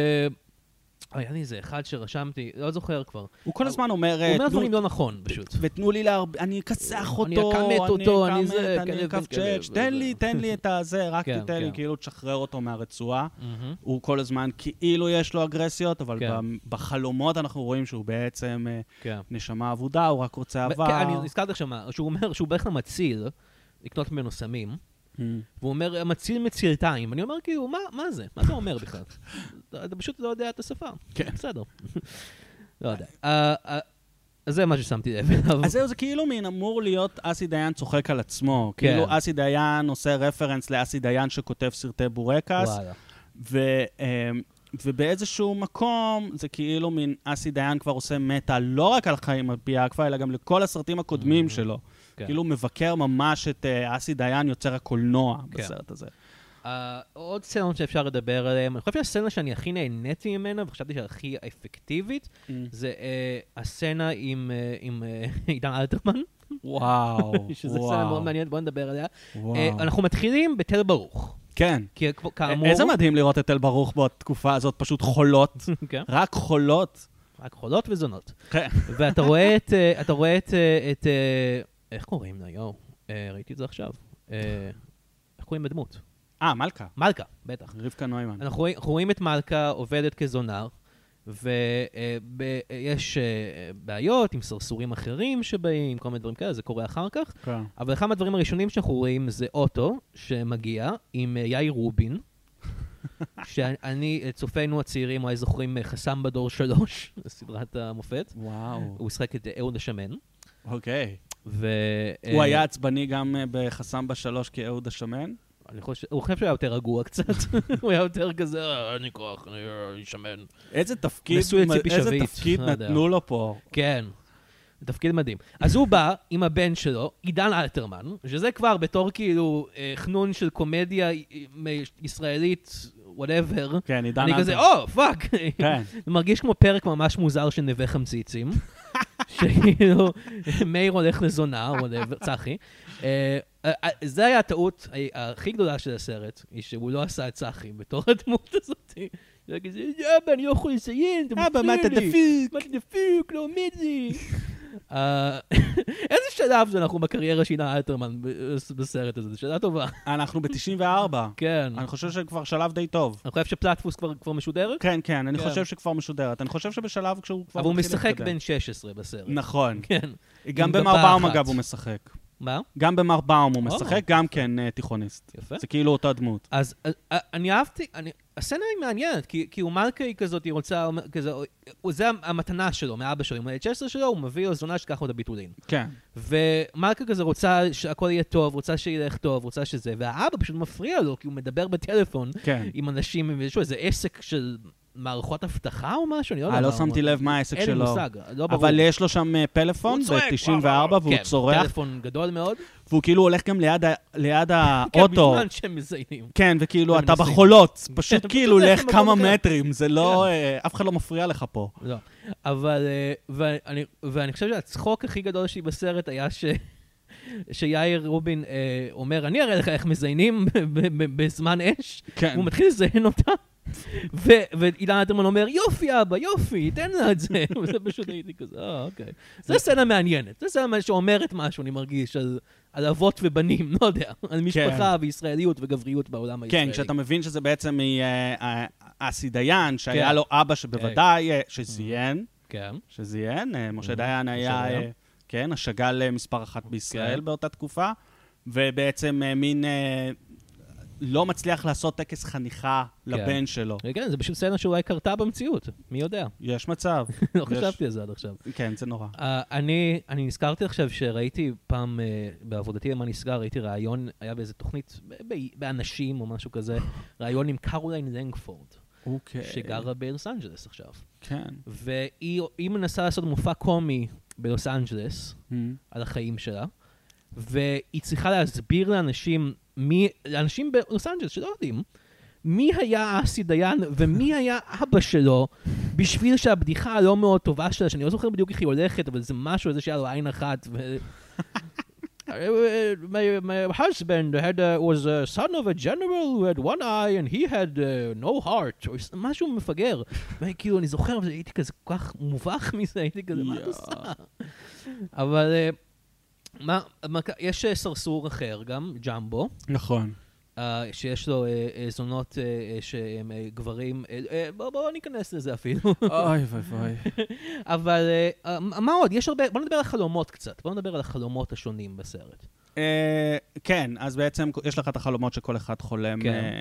היה לי איזה אחד שרשמתי, לא זוכר כבר. הוא כל הזמן אומר... הוא אומר דברים לא נכון, פשוט. ותנו לי אני אכסח אותו, אני אקמת אותו, אני אכבצ'ץ', תן לי את הזה, רק תיתן לי, כאילו תשחרר אותו מהרצועה. הוא כל הזמן כאילו יש לו אגרסיות, אבל בחלומות אנחנו רואים שהוא בעצם נשמה עבודה, הוא רק רוצה עבר. אני נזכרתי עכשיו, שהוא אומר שהוא בערך למציל, לקנות ממנו סמים, והוא אומר, מציל מצילתיים. אני אומר, כאילו, מה זה? מה אתה אומר בכלל? אתה פשוט לא יודע את השפה. כן. בסדר. לא יודע. אז זה מה ששמתי לב. אז זהו, זה כאילו מין אמור להיות אסי דיין צוחק על עצמו. כאילו אסי דיין עושה רפרנס לאסי דיין שכותב סרטי בורקס. ובאיזשהו מקום זה כאילו מין אסי דיין כבר עושה מטה לא רק על חיים על פי האקווה, אלא גם לכל הסרטים הקודמים שלו. כאילו מבקר ממש את אסי דיין יוצר הקולנוע בסרט הזה. עוד סצנות שאפשר לדבר עליהן, אני חושב שהסצנה שאני הכי נהניתי ממנה, וחשבתי שהכי אפקטיבית, זה הסצנה עם עידן אלתרמן. וואו. שזה סצנה מאוד מעניינת, בואו נדבר עליה. אנחנו מתחילים בתל ברוך. כן. כי כאמור... איזה מדהים לראות את תל ברוך בתקופה הזאת, פשוט חולות. רק חולות. רק חולות וזונות. ואתה רואה את... איך קוראים לה, יואו? ראיתי את זה עכשיו. איך קוראים בדמות? מלכה. מלכה, בטח. רבקה נוימן. אנחנו רואים את מלכה עובדת כזונר, ויש בעיות עם סרסורים אחרים שבאים, כל מיני דברים כאלה, זה קורה אחר כך. כן. אבל אחד מהדברים הראשונים שאנחנו רואים זה אוטו שמגיע עם יאיר רובין, שאני, צופינו הצעירים, אולי זוכרים חסם בדור 3, סדרת המופת. וואו. הוא משחק את אהוד השמן. אוקיי. הוא היה עצבני גם בחסם ב3 כאהוד השמן? הוא חושב שהוא היה יותר רגוע קצת. הוא היה יותר כזה, אני כוח, אני שמן. איזה תפקיד נתנו לו פה. כן. תפקיד מדהים. אז הוא בא עם הבן שלו, עידן אלתרמן, שזה כבר בתור כאילו חנון של קומדיה ישראלית, whatever. כן, עידן אלתרמן. אני כזה, פאק. כן. זה מרגיש כמו פרק ממש מוזר של נווה חמציצים. שכאילו, מאיר הולך לזונה, whatever, צחי. זה היה הטעות הכי גדולה של הסרט, היא שהוא לא עשה את צחי בתור הדמות הזאת. זה כזה, אבא, אני לא יכול לציין, אתה אבא, מה אתה דפוק? מה אתה דפוק, לא עומד לי. איזה שלב זה אנחנו בקריירה של אלתרמן בסרט הזה? זו שאלה טובה. אנחנו ב-94. כן. אני חושב שכבר שלב די טוב. אני חושב שפלטפוס כבר משודרת? כן, כן, אני חושב שכבר משודרת. אני חושב שבשלב כשהוא כבר... אבל הוא משחק בין 16 בסרט. נכון. כן. גם במר באום אגב הוא משחק. מה? גם במר באום הוא משחק, גם כן תיכוניסט. יפה. זה כאילו אותה דמות. אז אני אהבתי, הסצנה היא מעניינת, כי הוא מלכה היא כזאת, היא רוצה, זה המתנה שלו, מאבא שלו, עם ה-16 שלו, הוא מביא לו זונה שככה עוד הביטולין. כן. ומלכה כזה רוצה שהכל יהיה טוב, רוצה שילך טוב, רוצה שזה, והאבא פשוט מפריע לו, כי הוא מדבר בטלפון עם אנשים, ויש לו איזה עסק של... מערכות הבטחה או משהו? אני לא יודע. לא שמתי לב מה העסק שלו. אין לי מושג, לא ברור. אבל יש לו שם פלאפון ב-94 והוא צורח. כן, טלפון גדול מאוד. והוא כאילו הולך גם ליד האוטו. כן, בזמן שהם מזיינים. כן, וכאילו אתה בחולות. פשוט כאילו לך כמה מטרים. זה לא... אף אחד לא מפריע לך פה. לא. אבל... ואני חושב שהצחוק הכי גדול שלי בסרט היה שיאיר רובין אומר, אני אראה לך איך מזיינים בזמן אש. הוא מתחיל לזיין אותה. ואילן אלתרמן אומר, יופי אבא, יופי, תן לה את זה. וזה פשוט הייתי כזה, אוקיי. זו סצנה מעניינת. זו סצנה שאומרת משהו, אני מרגיש, על אבות ובנים, לא יודע. על משפחה וישראליות וגבריות בעולם הישראלי. כן, כשאתה מבין שזה בעצם אסי דיין, שהיה לו אבא שבוודאי, שזיין. כן. שזיין. משה דיין היה, כן, השגל מספר אחת בישראל באותה תקופה. ובעצם מין... לא מצליח לעשות טקס חניכה לבן שלו. כן, זה פשוט סצנה שאולי קרתה במציאות, מי יודע? יש מצב. לא חשבתי על זה עד עכשיו. כן, זה נורא. אני נזכרתי עכשיו שראיתי פעם, בעבודתי למה נסגר, ראיתי רעיון, היה באיזו תוכנית, באנשים או משהו כזה, רעיון עם קרוליין לנגפורד, שגרה בלוס אנג'לס עכשיו. כן. והיא מנסה לעשות מופע קומי בלוס אנג'לס, על החיים שלה, והיא צריכה להסביר לאנשים בלוס אנג'לס שלא יודעים, מי היה אסי דיין ומי היה אבא שלו, בשביל שהבדיחה הלא מאוד טובה שלה, שאני לא זוכר בדיוק איך היא הולכת, אבל זה משהו, איזה שהיה לו עין אחת, My husband was a son of a general who had one eye and he had no heart, או משהו מפגר. וכאילו, אני זוכר, הייתי כזה כל כך מובך מזה, הייתי כזה, מה את עושה? אבל... יש סרסור אחר גם, ג'מבו. נכון. שיש לו זונות שהם גברים, בואו ניכנס לזה אפילו. אוי ואי. אבל מה עוד? יש הרבה, בואו נדבר על חלומות קצת, בואו נדבר על החלומות השונים בסרט. כן, אז בעצם יש לך את החלומות שכל אחד חולם.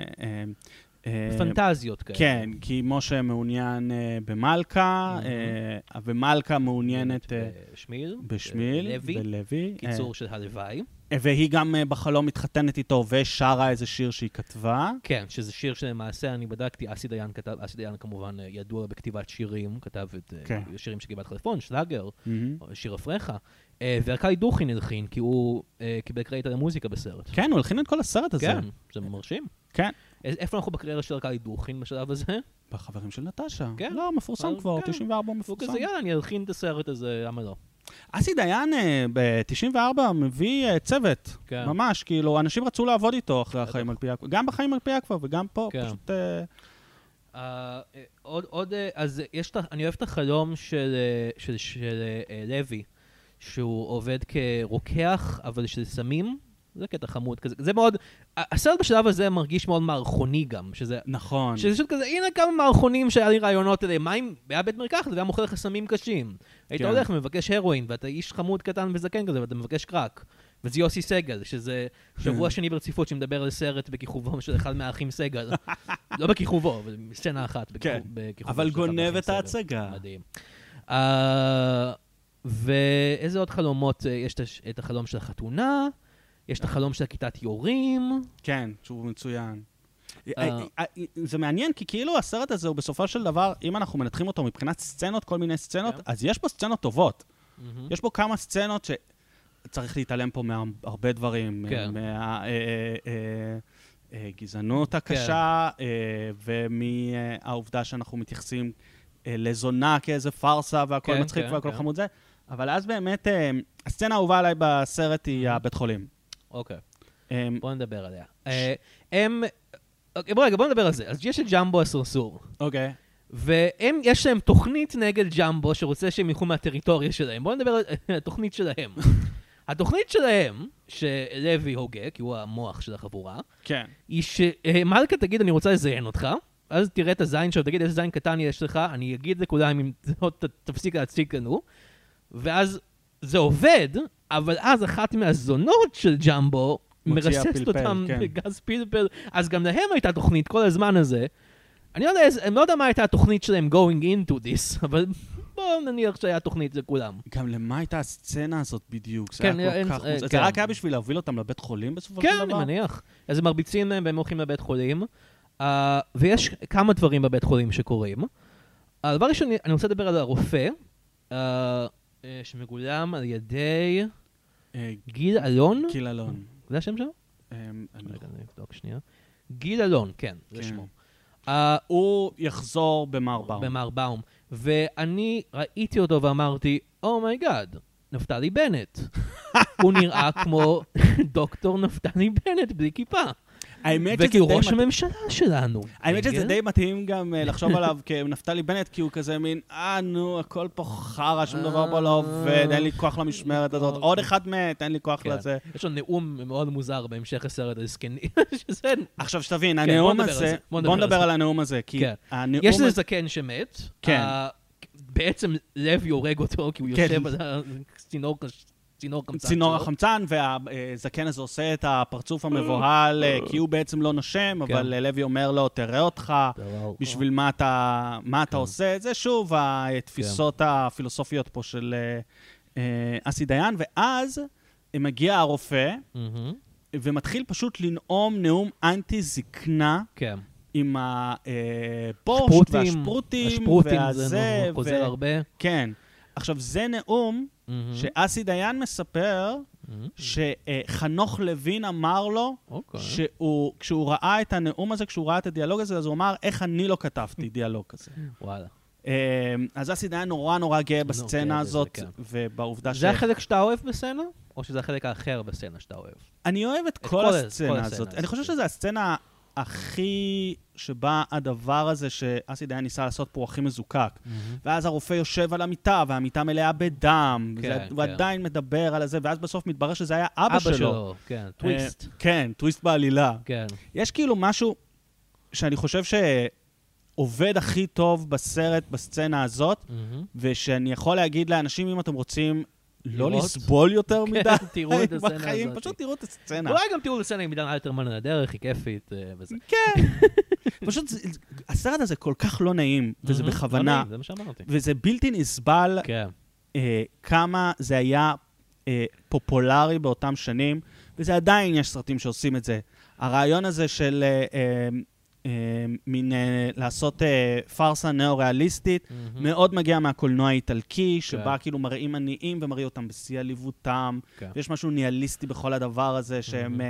פנטזיות כאלה. כן, כי משה מעוניין במלכה, ומלכה מעוניינת בשמיל, בלוי. קיצור של הלוואי. והיא גם בחלום מתחתנת איתו ושרה איזה שיר שהיא כתבה. כן, שזה שיר שלמעשה אני בדקתי, אסי דיין כתב, אסי דיין כמובן ידוע בכתיבת שירים, כתב את שירים של גבעת חלפון, שלאגר, שיר אפריך. וארקדי דוכין הלחין, כי הוא קיבל קרדיט על המוזיקה בסרט. כן, הוא הלחין את כל הסרט הזה. כן, זה מרשים. כן. איפה אנחנו בקריירה של ארקדי דוכין בשלב הזה? בחברים של נטשה. כן. לא, מפורסם כבר, 94 מפורסם. הוא כזה, יאללה, אני אלחין את הסרט הזה, למה לא? אסי דיין ב-94 מביא צוות, ממש, כאילו, אנשים רצו לעבוד איתו אחרי החיים על פי עכבר, גם בחיים על פי עכבר וגם פה, פשוט... עוד, אז אני אוהב את החלום של לוי, שהוא עובד כרוקח, אבל של סמים, זה קטע חמוד כזה. זה מאוד, הסרט בשלב הזה מרגיש מאוד מערכוני גם, שזה... נכון. שזה פשוט כזה, הנה כמה מערכונים שהיה לי רעיונות אלה, מה אם היה בית מרקחת והיה מוכר לך סמים קשים. היית הולך ומבקש הרואין, ואתה איש חמוד קטן וזקן כזה, ואתה מבקש קרק. וזה יוסי סגל, שזה שבוע שני ברציפות שמדבר על סרט בכיכובו של אחד מהאחים סגל. לא בכיכובו, אבל סצנה אחת בכיכובו. אבל גונב את ההצגה. מדהים. ואיזה עוד חלומות? יש את החלום של החתונה, יש את החלום של הכיתת יורים. כן, שהוא מצוין. זה מעניין, כי כאילו הסרט הזה הוא בסופו של דבר, אם אנחנו מנתחים אותו מבחינת סצנות, כל מיני סצנות, אז יש פה סצנות טובות. יש פה כמה סצנות שצריך להתעלם פה מהרבה דברים. מהגזענות הקשה, ומהעובדה שאנחנו מתייחסים לזונה כאיזה פרסה, והכל מצחיק והכל חמוד זה. אבל אז באמת, הסצנה האהובה עליי בסרט היא הבית חולים. אוקיי. בוא נדבר עליה. בוא נדבר על זה. אז יש את ג'מבו הסרסור. אוקיי. ויש להם תוכנית נגד ג'מבו שרוצה שהם ילכו מהטריטוריה שלהם. בוא נדבר על התוכנית שלהם. התוכנית שלהם, שלוי הוגה, כי הוא המוח של החבורה, כן. היא שמלכה תגיד, אני רוצה לזיין אותך, אז תראה את הזין שלו, תגיד איזה זין קטן יש לך, אני אגיד לכולם אם תפסיק להציג לנו, ואז זה עובד, אבל אז אחת מהזונות של ג'מבו מרססת אותם בגז פלפל, אז גם להם הייתה תוכנית כל הזמן הזה. אני לא יודע מה הייתה התוכנית שלהם going into this, אבל בואו נניח שהיה תוכנית לכולם. גם למה הייתה הסצנה הזאת בדיוק? זה היה כל כך... זה רק היה בשביל להוביל אותם לבית חולים בסופו של דבר? כן, אני מניח. אז הם מרביצים להם והם הולכים לבית חולים, ויש כמה דברים בבית חולים שקורים. הדבר ראשון, אני רוצה לדבר על הרופא, שמגולם על ידי גיל אלון. גיל אלון. זה השם שלו? אני אבדוק שנייה. גיל אלון, כן, זה שמו. הוא יחזור במר באום. במר באום. ואני ראיתי אותו ואמרתי, אומייגאד, נפתלי בנט. הוא נראה כמו דוקטור נפתלי בנט בלי כיפה. וכי ראש הממשלה שלנו. האמת שזה די מתאים גם לחשוב עליו כנפתלי בנט, כי הוא כזה מין, נו, הכל פה חרא, שום דבר פה לא עובד, אין לי כוח למשמרת הזאת, עוד אחד מת, אין לי כוח לזה. יש לו נאום מאוד מוזר בהמשך הסרט הזקני. עכשיו שתבין, הנאום הזה, בוא נדבר על הנאום הזה, כי הנאום... יש איזה זקן שמת, בעצם לוי הורג אותו, כי הוא יושב על הצינור צינור החמצן, והזקן הזה עושה את הפרצוף המבוהל, כי הוא בעצם לא נושם, אבל לוי אומר לו, תראה אותך, בשביל מה אתה עושה. זה שוב התפיסות הפילוסופיות פה של אסי דיין, ואז מגיע הרופא, ומתחיל פשוט לנאום נאום אנטי-זקנה, עם הפורשט והשפרוטים, זה חוזר הרבה. כן. עכשיו, זה נאום שאסי דיין מספר שחנוך לוין אמר לו כשהוא ראה את הנאום הזה, כשהוא ראה את הדיאלוג הזה, אז הוא אמר, איך אני לא כתבתי דיאלוג כזה. וואלה. אז אסי דיין נורא גאה בסצנה הזאת, ובעובדה זה החלק שאתה אוהב בסצנה? או שזה החלק האחר בסצנה שאתה אוהב? אני אוהב את כל הסצנה הזאת. אני חושב שזו הסצנה הכי שבה הדבר הזה שאסי דיין ניסה לעשות פה הכי מזוקק. ואז הרופא יושב על המיטה, והמיטה מלאה בדם, הוא עדיין מדבר על זה, ואז בסוף מתברר שזה היה אבא שלו. כן, טוויסט. כן, טוויסט בעלילה. יש כאילו משהו שאני חושב שעובד הכי טוב בסרט, בסצנה הזאת, ושאני יכול להגיד לאנשים, אם אתם רוצים לא לסבול יותר מדי תראו את הסצנה הזאת. פשוט תראו את הסצנה. אולי גם תראו את הסצנה עם עידן אלתרמן על הדרך, היא כיפית וזה. כן. פשוט הסרט הזה כל כך לא נעים, וזה בכוונה. זה מה שאמרתי. וזה בלתי נסבל כמה זה היה פופולרי באותם שנים, וזה עדיין יש סרטים שעושים את זה. הרעיון הזה של מין לעשות פרסה נאו-ריאליסטית, מאוד מגיע מהקולנוע האיטלקי, שבה כאילו מראים עניים ומראים אותם בשיא עליבותם, ויש משהו ניאליסטי בכל הדבר הזה,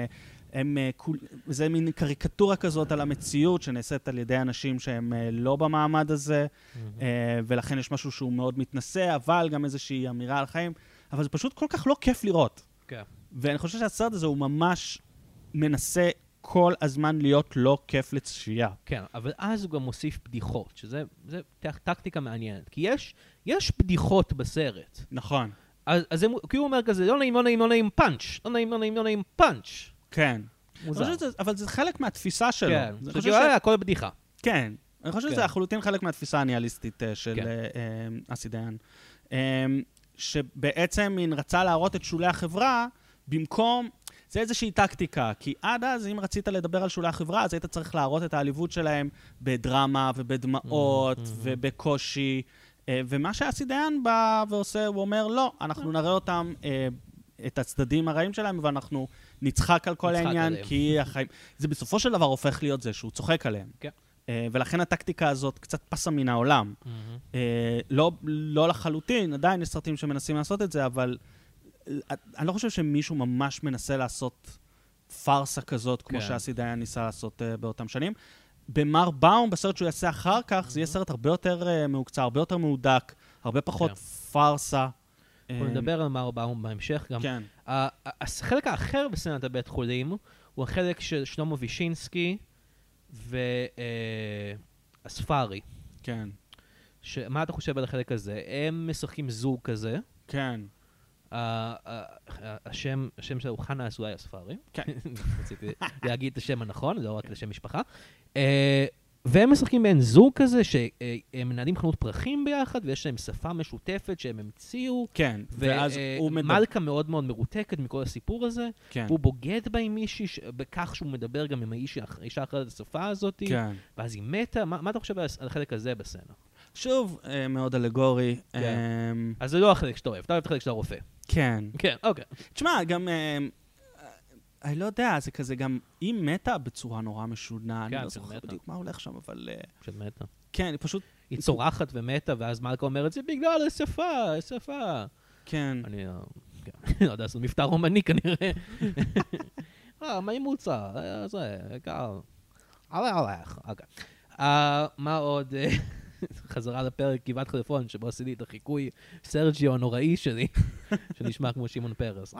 זה מין קריקטורה כזאת על המציאות, שנעשית על ידי אנשים שהם לא במעמד הזה, ולכן יש משהו שהוא מאוד מתנשא, אבל גם איזושהי אמירה על חיים, אבל זה פשוט כל כך לא כיף לראות. ואני חושב שהסרט הזה הוא ממש מנסה כל הזמן להיות לא כיף לצפייה. כן, אבל אז הוא גם מוסיף בדיחות, שזה טקטיקה מעניינת. כי יש בדיחות בסרט. נכון. אז כי הוא אומר כזה, לא נעים, לא נעים, לא נעים, פאנץ'. לא נעים, לא נעים, לא נעים, פאנץ'. כן. מוזר. אבל זה חלק מהתפיסה שלו. כן, זה כאילו, הכל בדיחה. כן. אני חושב שזה לחלוטין חלק מהתפיסה הניהליסטית של אסי דיין. שבעצם היא רצה להראות את שולי החברה, במקום, זה איזושהי טקטיקה, כי עד אז אם רצית לדבר על שולי החברה, אז היית צריך להראות את העליבות שלהם בדרמה ובדמעות ובקושי, ומה שאסי דיין בא ועושה, הוא אומר, לא, אנחנו נראה אותם, את הצדדים הרעים שלהם, ואנחנו נצחק על כל העניין, כי החיים... זה בסופו של דבר הופך להיות זה שהוא צוחק עליהם. כן. ולכן הטקטיקה הזאת קצת פסה מן העולם. לא לחלוטין, עדיין יש סרטים שמנסים לעשות את זה, אבל אני לא חושב שמישהו ממש מנסה לעשות פרסה כזאת, כמו שאסי דיין ניסה לעשות באותם שנים. במר באום, בסרט שהוא יעשה אחר כך, זה יהיה סרט הרבה יותר מהוקצר, הרבה יותר מהודק, הרבה פחות פרסה. אנחנו נדבר על מר באום בהמשך גם. כן. החלק האחר בסצנת הבית חולים, הוא החלק של שלמה וישינסקי, והספארי. כן. מה אתה חושב על החלק הזה? הם משחקים זוג כזה. כן. השם שלו הוא חנה אסואי הספארי. כן. רציתי להגיד את השם הנכון, לא רק את השם משפחה. והם משחקים בין זוג כזה, שהם מנהלים חנות פרחים ביחד, ויש להם שפה משותפת שהם המציאו. כן, ואז הוא מדבר... מלכה מאוד מאוד מרותקת מכל הסיפור הזה. כן. הוא בוגד בה עם מישהי, בכך שהוא מדבר גם עם האישה אחרת השפה הזאת. כן. ואז היא מתה. מה אתה חושב על החלק הזה בסצנה? שוב, מאוד אלגורי. כן. אז זה לא החלק שאתה אוהב, אתה אוהב את החלק שאתה רופא. כן. כן, אוקיי. תשמע, גם... אני לא יודע, זה כזה גם, היא מתה בצורה נורא משונה, אני לא זוכר בדיוק מה הולך שם, אבל... פשוט מתה. כן, היא פשוט... היא צורחת ומתה, ואז מלכה אומרת, זה בגלל השפה. כן. אני לא יודע, זה מבטא רומני כנראה. מה היא מוצא? זה, קל. הלך. אוקיי. מה עוד? חזרה לפרק גבעת חלפון, שבו עשיתי את החיקוי סרג'יו הנוראי שלי, שנשמע כמו שמעון פרס.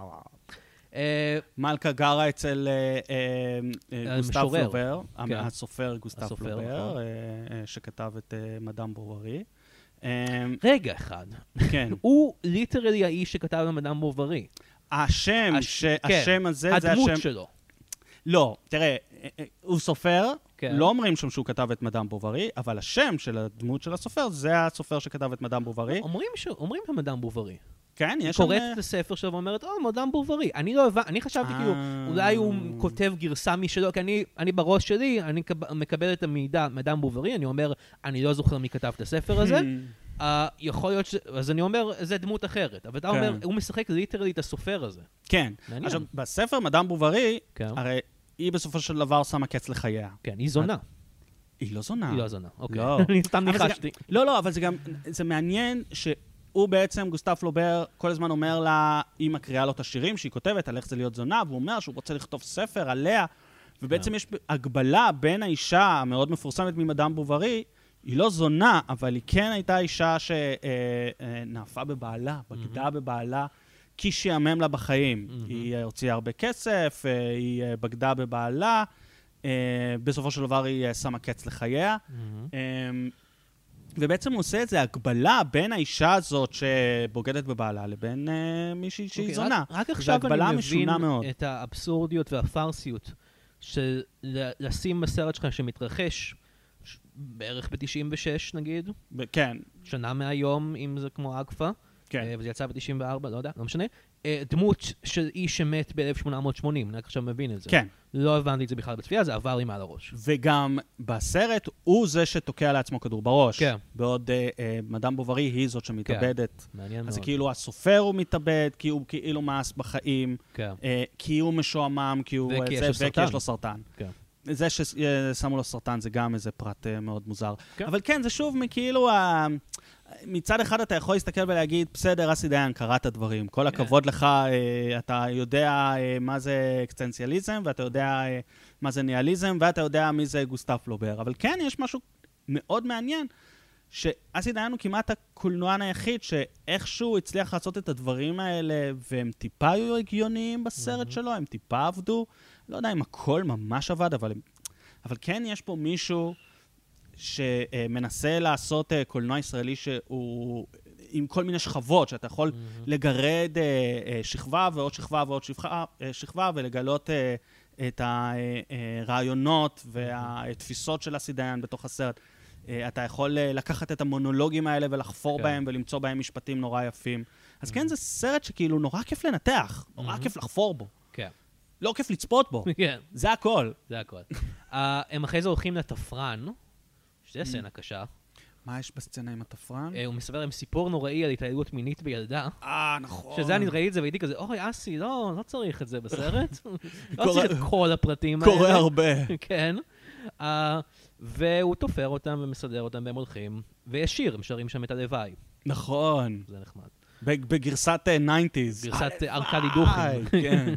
מלכה גרה אצל גוסטב פלובר, הסופר גוסטב פלובר, שכתב את מדאם בוברי. רגע אחד. כן. הוא ליטרלי האיש שכתב את מדאם בוברי. השם הזה זה השם... הדמות שלו. לא, תראה, הוא סופר, לא אומרים שם שהוא כתב את מדאם בוברי, אבל השם של הדמות של הסופר זה הסופר שכתב את מדאם בוברי. אומרים את מדאם בוברי. כן, יש שם... קוראת את הספר שלו ואומרת, מדאם בוברי. אני חשבתי כאילו, אולי הוא כותב גרסה משלו, כי אני בראש שלי, אני מקבל את המידע, מדאם בוברי, אני אומר, אני לא זוכר מי כתב את הספר הזה, יכול להיות אז אני אומר, זה דמות אחרת. אבל אתה אומר, הוא משחק ליטרלי את הסופר הזה. כן. עכשיו, בספר מדאם בוברי, הרי היא בסופו של דבר שמה קץ לחייה. כן, היא זונה. היא לא זונה. היא לא זונה, אוקיי. אני סתם ניחשתי. לא, אבל זה מעניין שהוא בעצם, גוסטב פלובר, כל הזמן אומר לה, היא מקריאה לו את השירים שהיא כותבת על איך זה להיות זונה, והוא אומר שהוא רוצה לכתוב ספר עליה, ובעצם יש הגבלה בין האישה המאוד מפורסמת ממדאם בוברי, היא לא זונה, אבל היא כן הייתה אישה שנאפה בבעלה, בגדה בבעלה, כי שיאמם לה בחיים. היא הוציאה הרבה כסף, היא בגדה בבעלה, בסופו של דבר היא שמה קץ לחייה, ובעצם הוא עושה את זה הגבלה בין האישה הזאת שבוגדת בבעלה לבין מישהי שהיא זונה. רק עכשיו אני מבין את האבסורדיות והפרסיות של לשים בסרט שלך שמתרחש בערך ב-96 נגיד. כן. שנה מהיום, אם זה כמו אגפה. כן. וזה יצא ב-94, לא יודע, לא משנה. דמות של איש שמת ב-1880, אני רק עכשיו מבין את זה. כן. לא הבנתי את זה בכלל בצפייה, זה עבר לי מעל הראש. וגם בסרט הוא זה שתוקע לעצמו כדור בראש. כן. בעוד מדאם בוברי היא זאת שמתאבדת. כן. מעניין מאוד. אז כאילו הסופר הוא מתאבד, כי הוא כאילו מאס בחיים, כן. כי הוא משועמם, כי יש לו סרטן. כן. זה ששמו לו סרטן זה גם איזה פרט מאוד מוזר. כן. אבל כן, זה שוב מכאילו מצד אחד אתה יכול להסתכל ולהגיד, בסדר, אסי דיין, קרא את הדברים. כל הכבוד לך, אתה יודע מה זה אקסטנציאליזם, ואתה יודע מה זה ניאליזם, ואתה יודע מי זה גוסטב פלובר. אבל כן, יש משהו מאוד מעניין, שאסי דיין הוא כמעט הקולנוען היחיד, שאיכשהו הצליח לעשות את הדברים האלה, והם טיפה היו הגיוניים בסרט שלו, הם טיפה עבדו. לא יודע אם הכל ממש עבד, אבל כן יש פה מישהו שמנסה לעשות קולנוע ישראלי שהוא עם כל מיני שכבות, שאתה יכול לגרד שכבה ועוד שכבה ועוד שכבה, ולגלות את הרעיונות והתפיסות של אסי דיין בתוך הסרט. אתה יכול לקחת את המונולוגים האלה ולחפור בהם ולמצוא בהם משפטים נורא יפים. אז כן, זה סרט שכאילו נורא כיף לנתח, נורא כיף לחפור בו. כן. לא כיף לצפות בו. כן. זה הכל. זה הכל. הם אחרי זה הולכים לתפרן, שזה סצנה קשה. מה יש בסצנה עם התפרן? הוא מספר להם סיפור נוראי על התעללות מינית בילדה. נכון. שזה אני ראיתי את זה והייתי כזה, אוי, אסי, לא צריך את זה בסרט. לא צריך את כל הפרטים האלה. קורה הרבה. כן. והוא תופר אותם ומסדר אותם והם הולכים, ויש שיר, הם שרים שם את הלוואי. נכון. זה נחמד. בגרסת 90s. גרסת ארכדי דוכין. כן.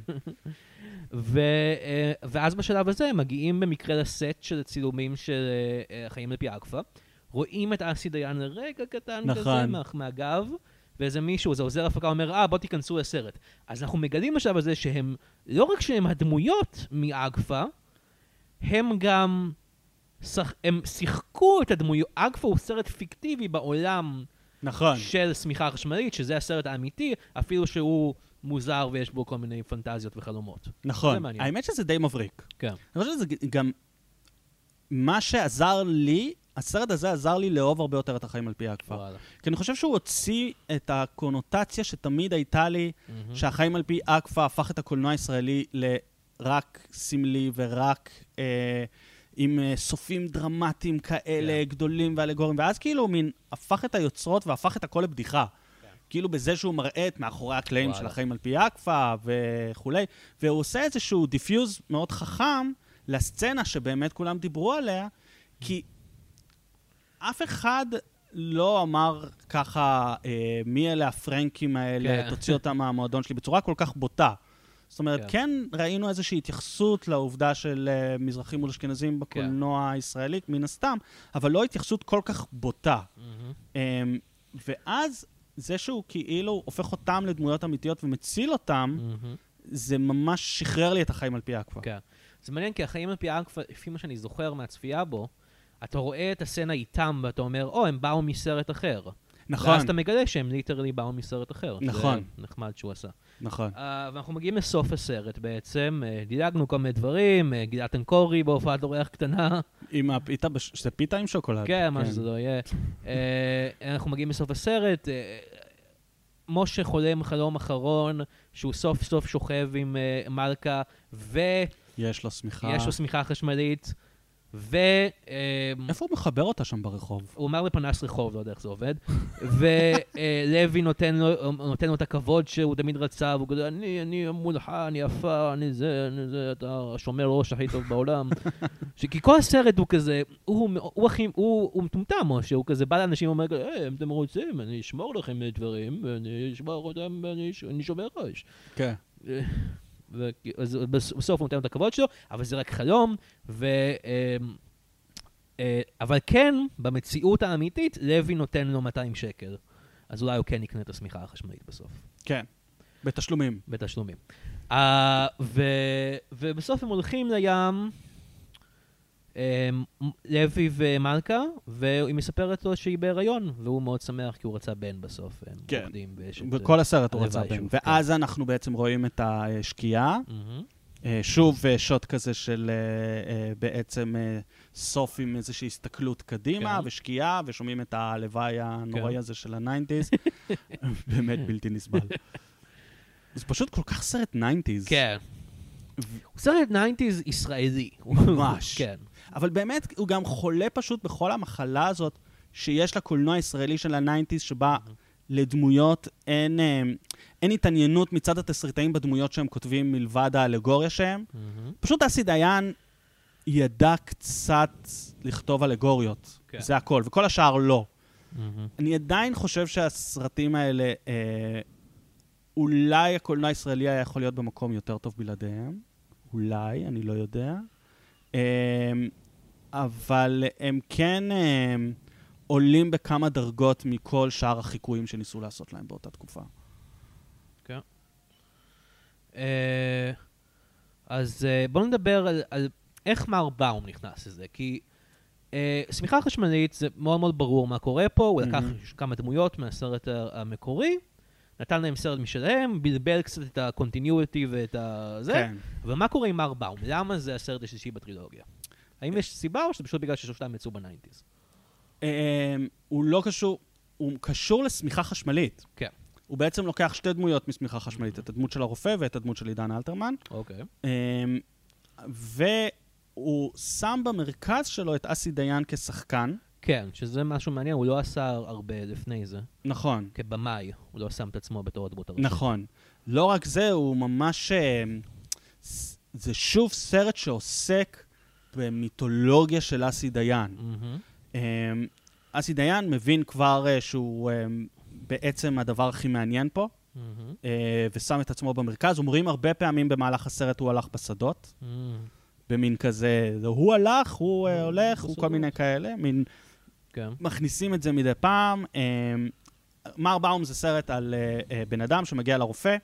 ואז בשלב הזה הם מגיעים במקרה לסט של צילומים של החיים על פי אגפה, רואים את אסי דיין רגע קטן כזה מהגב, ואיזה מישהו, איזה עוזר הפקה אומר, בוא תיכנסו לסרט. אז אנחנו מגלים בשלב הזה שהם, לא רק שהם הדמויות מאגפה, הם גם, הם שיחקו את הדמויות, אגפה הוא סרט פיקטיבי בעולם של סמיכה חשמלית, שזה הסרט האמיתי, אפילו שהוא מוזר ויש בו כל מיני פנטזיות וחלומות. נכון. האמת שזה די מבריק. כן. אני חושב שזה גם, מה שעזר לי, הסרט הזה עזר לי לאהוב הרבה יותר את החיים על פי אגפה. כי אני חושב שהוא הוציא את הקונוטציה שתמיד הייתה לי, שהחיים על פי אגפה הפך את הקולנוע הישראלי לרק סמלי ורק עם סופים דרמטיים כאלה, גדולים ואלגוריים, ואז כאילו מין הפך את היוצרות והפך את הכל לבדיחה. כאילו בזה שהוא מראה את מאחורי הקלעים של החיים על פי אגפה וכולי, והוא עושה איזשהו דיפיוז מאוד חכם לסצנה שבאמת כולם דיברו עליה, כי אף אחד לא אמר ככה, מי אלה הפרנקים האלה, תוציא אותם מהמועדון שלי, בצורה כל כך בוטה. זאת אומרת, כן ראינו איזושהי התייחסות לעובדה של מזרחים מול אשכנזים בקולנוע הישראלי, מן הסתם, אבל לא התייחסות כל כך בוטה. ואז זה שהוא כאילו הופך אותם לדמויות אמיתיות ומציל אותם, זה ממש שחרר לי את החיים על פי אגפה. כן. זה מעניין, כי החיים על פי אגפה, לפי מה שאני זוכר מהצפייה בו, אתה רואה את הסצנה איתם ואתה אומר, הם באו מסרט אחר. נכון. ואז אתה מגלה שהם ליטרלי באו מסרט אחר. נכון. זה נחמד שהוא עשה. נכון. ואנחנו מגיעים לסוף הסרט בעצם, דילגנו כל מיני דברים, גלעד אנקורי בהופעת אורח קטנה. עם הפיתה, שזה פיתה עם שוקולד. כן, מה שזה לא יהיה. אנחנו מגיעים לסוף הסרט, משה חולם חלום אחרון, שהוא סוף סוף שוכב עם מלכה, יש לו שמיכה. יש לו שמיכה חשמלית, איפה הוא מחבר אותה שם ברחוב? הוא אומר לפנס רחוב, לא יודע איך זה עובד. ולוי נותן לו את הכבוד שהוא תמיד רצה, והוא כזה, אני מולחה, אני יפה, אני זה, אתה שומר ראש הכי טוב בעולם. כי כל הסרט הוא כזה, הוא מטומטם, משה, הוא כזה בא לאנשים ואומר, אם אתם רוצים, אני אשמור לכם דברים, ואני אשמור אותם, ואני שומר ראש. כן. אז בסוף הוא נותן לו את הכבוד שלו, אבל זה רק חלום, אבל כן, במציאות האמיתית, לוי נותן לו 200 שקל. אז אולי הוא כן יקנה את השמיכה החשמלית בסוף. כן, בתשלומים. בתשלומים. ובסוף הם הולכים לים, לוי ומלכה, והיא מספרת לו שהיא בהיריון, והוא מאוד שמח כי הוא רצה בן בסוף. כן, בכל הסרט הוא רצה בן. ואז אנחנו בעצם רואים את השקיעה, שוב שוט כזה של בעצם סוף עם איזושהי הסתכלות קדימה, ושקיעה, ושומעים את הלוואי הנוראי הזה של ה-90s. באמת בלתי נסבל. זה פשוט כל כך סרט 90s. כן. הוא סרט 90s ישראלי. ממש. כן. אבל באמת הוא גם חולה פשוט בכל המחלה הזאת שיש לקולנוע הישראלי של ה-90s, שבה לדמויות אין התעניינות מצד התסריטאים בדמויות שהם כותבים מלבד האלגוריה שהם. פשוט אסי דיין ידע קצת לכתוב אלגוריות. זה הכל, וכל השאר לא. אני עדיין חושב שהסרטים האלה, אולי הקולנוע הישראלי היה יכול להיות במקום יותר טוב בלעדיהם. אולי, אני לא יודע. אבל הם כן עולים בכמה דרגות מכל שאר החיקויים שניסו לעשות להם באותה תקופה. כן. אז בואו נדבר על איך מר באום נכנס לזה, כי שמיכה חשמלית, זה מאוד מאוד ברור מה קורה פה, הוא לקח כמה דמויות מהסרט המקורי, נתן להם סרט משלהם, בלבל קצת את הקונטיניויטי ואת זה, כן. אבל מה קורה עם מר באום? למה זה הסרט השלישי בטרילוגיה? האם יש סיבה או שזה פשוט בגלל ששלושתם יצאו בניינטיז? הוא לא קשור, הוא קשור לשמיכה חשמלית. כן. הוא בעצם לוקח שתי דמויות משמיכה חשמלית, את הדמות של הרופא ואת הדמות של עידן אלתרמן. אוקיי. והוא שם במרכז שלו את אסי דיין כשחקן. כן, שזה משהו מעניין, הוא לא עשה הרבה לפני זה. נכון. כבמאי, הוא לא שם את עצמו בתור הדמות הראשית. נכון. לא רק זה, הוא ממש... זה שוב סרט שעוסק במיתולוגיה של אסי דיין. אסי דיין מבין כבר שהוא בעצם הדבר הכי מעניין פה, ושם את עצמו במרכז. אומרים הרבה פעמים במהלך הסרט הוא הלך בשדות, במין כזה, הוא הלך, הוא הולך, הוא כל מיני כאלה, מין מכניסים את זה מדי פעם. מר באום זה סרט על בן אדם שמגיע לרופא,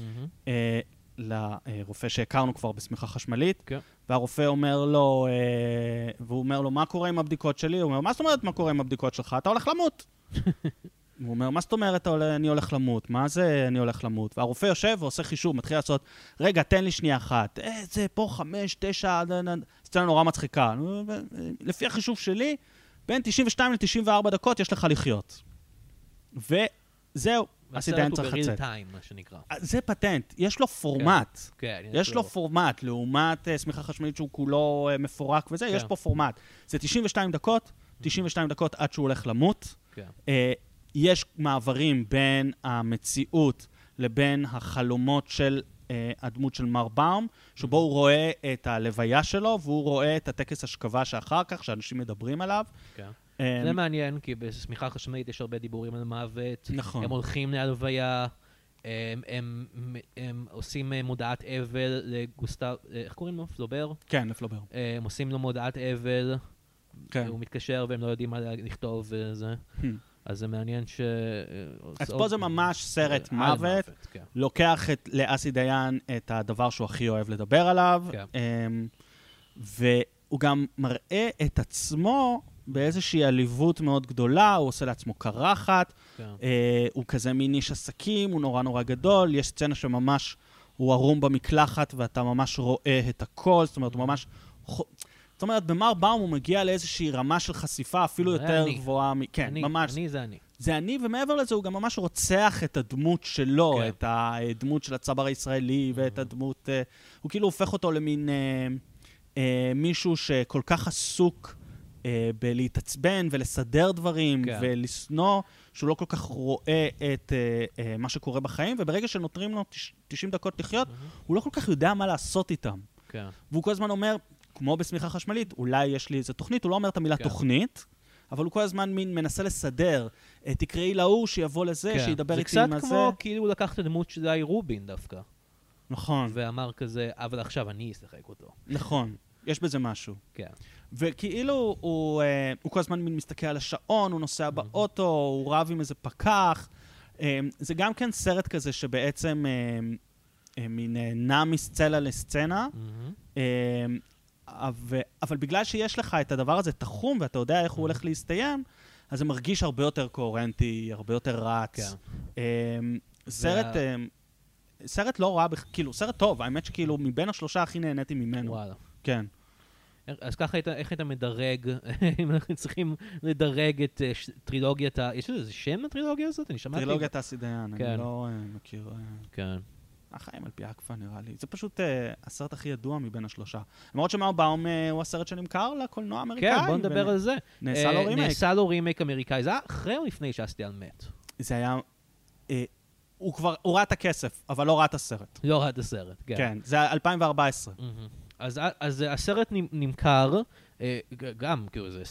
לרופא שהכרנו כבר בשמיכה חשמלית, והרופא אומר לו, והוא אומר לו, מה קורה עם הבדיקות שלי? הוא אומר, מה זאת אומרת מה קורה עם הבדיקות שלך? אתה הולך למות. הוא אומר, מה זאת אומרת אני הולך למות? מה זה אני הולך למות? והרופא יושב ועושה חישוב, מתחיל לעשות, רגע, תן לי שנייה אחת. זה פה 5, 9, סצנה נורא מצחיקה. לפי החישוב שלי, בין 92 ל-94 דקות יש לך לחיות. וזהו. הסרט הוא בריל טיים, מה שנקרא. זה פטנט, יש לו פורמט. כן. יש לו פורמט, לעומת שמיכה חשמלית שהוא כולו מפורק וזה, יש פה פורמט. זה 92 דקות עד שהוא הולך למות. יש מעברים בין המציאות לבין החלומות של הדמות של מר באום, שבו הוא רואה את הלוויה שלו, והוא רואה את הטקס השכבה שאחר כך, שאנשים מדברים עליו. זה מעניין, כי בשמיכה חשמלית יש הרבה דיבורים על מוות. נכון. הם הולכים להלוויה, הם עושים מודעת אבל לגוסטב, איך קוראים לו? פלובר? כן, לפלובר. הם עושים לו מודעת אבל, הוא מתקשר והם לא יודעים מה לכתוב וזה. אז זה מעניין ש... אז פה זה ממש סרט מוות, לוקח לאסי דיין את הדבר שהוא הכי אוהב לדבר עליו, והוא גם מראה את עצמו באיזושהי עליבות מאוד גדולה, הוא עושה לעצמו קרחת, הוא כזה מין איש עסקים, הוא נורא נורא גדול, יש סצנה שממש הוא ערום במקלחת ואתה ממש רואה את הכל, זאת אומרת, הוא ממש... זאת אומרת, במר באום הוא מגיע לאיזושהי רמה של חשיפה אפילו יותר גבוהה. כן, ממש. אני זה אני. זה אני, ומעבר לזה הוא גם ממש רוצח את הדמות שלו, את הדמות של הצבר הישראלי ואת הדמות... הוא כאילו הופך אותו למין מישהו שכל כך עסוק בלהתעצבן ולסדר דברים ולסנוע, שהוא לא כל כך רואה את מה שקורה בחיים, וברגע שנותרים לו 90 דקות לחיות, הוא לא כל כך יודע מה לעשות איתם. והוא כל הזמן אומר... כמו בשמיכה חשמלית, אולי יש לי איזו תוכנית, הוא לא אומר את המילה תוכנית, אבל הוא כל הזמן מנסה לסדר, תקראי להוא שיבוא לזה, שידבר איתי עם הזה. זה קצת כמו כאילו הוא לקח את הדמות של די רובין דווקא. נכון. ואמר כזה, אבל עכשיו אני אשחק אותו. נכון, יש בזה משהו. כן. וכאילו הוא כל הזמן מסתכל על השעון, הוא נוסע באוטו, הוא רב עם איזה פקח. זה גם כן סרט כזה שבעצם נע מסצנה לסצנה, אבל בגלל שיש לך את הדבר הזה תחום, ואתה יודע איך הוא הולך להסתיים, אז זה מרגיש הרבה יותר קוהרנטי, הרבה יותר רץ. סרט לא רע, כאילו, סרט טוב, האמת שכאילו מבין השלושה הכי נהניתי ממנו. וואלה. כן. אז ככה, איך היית מדרג, אם אנחנו צריכים לדרג את טרילוגיית יש איזה שם לטרילוגיה הזאת? אני שמעתי. טרילוגיית אסי דיין, אני לא מכיר. כן. החיים על פי עקפה נראה לי. זה פשוט הסרט הכי ידוע מבין השלושה. למרות שמר באום הוא הסרט שנמכר לקולנוע האמריקאי. כן, בוא נדבר על זה. נעשה לו רימייק. נעשה לו רימייק אמריקאי. זה היה אחרי או לפני שאסתי על מת? זה היה... הוא ראה את הכסף, אבל לא ראה את הסרט. לא ראה את הסרט, כן. כן, זה 2014. אז הסרט נמכר, גם, כאילו, זה...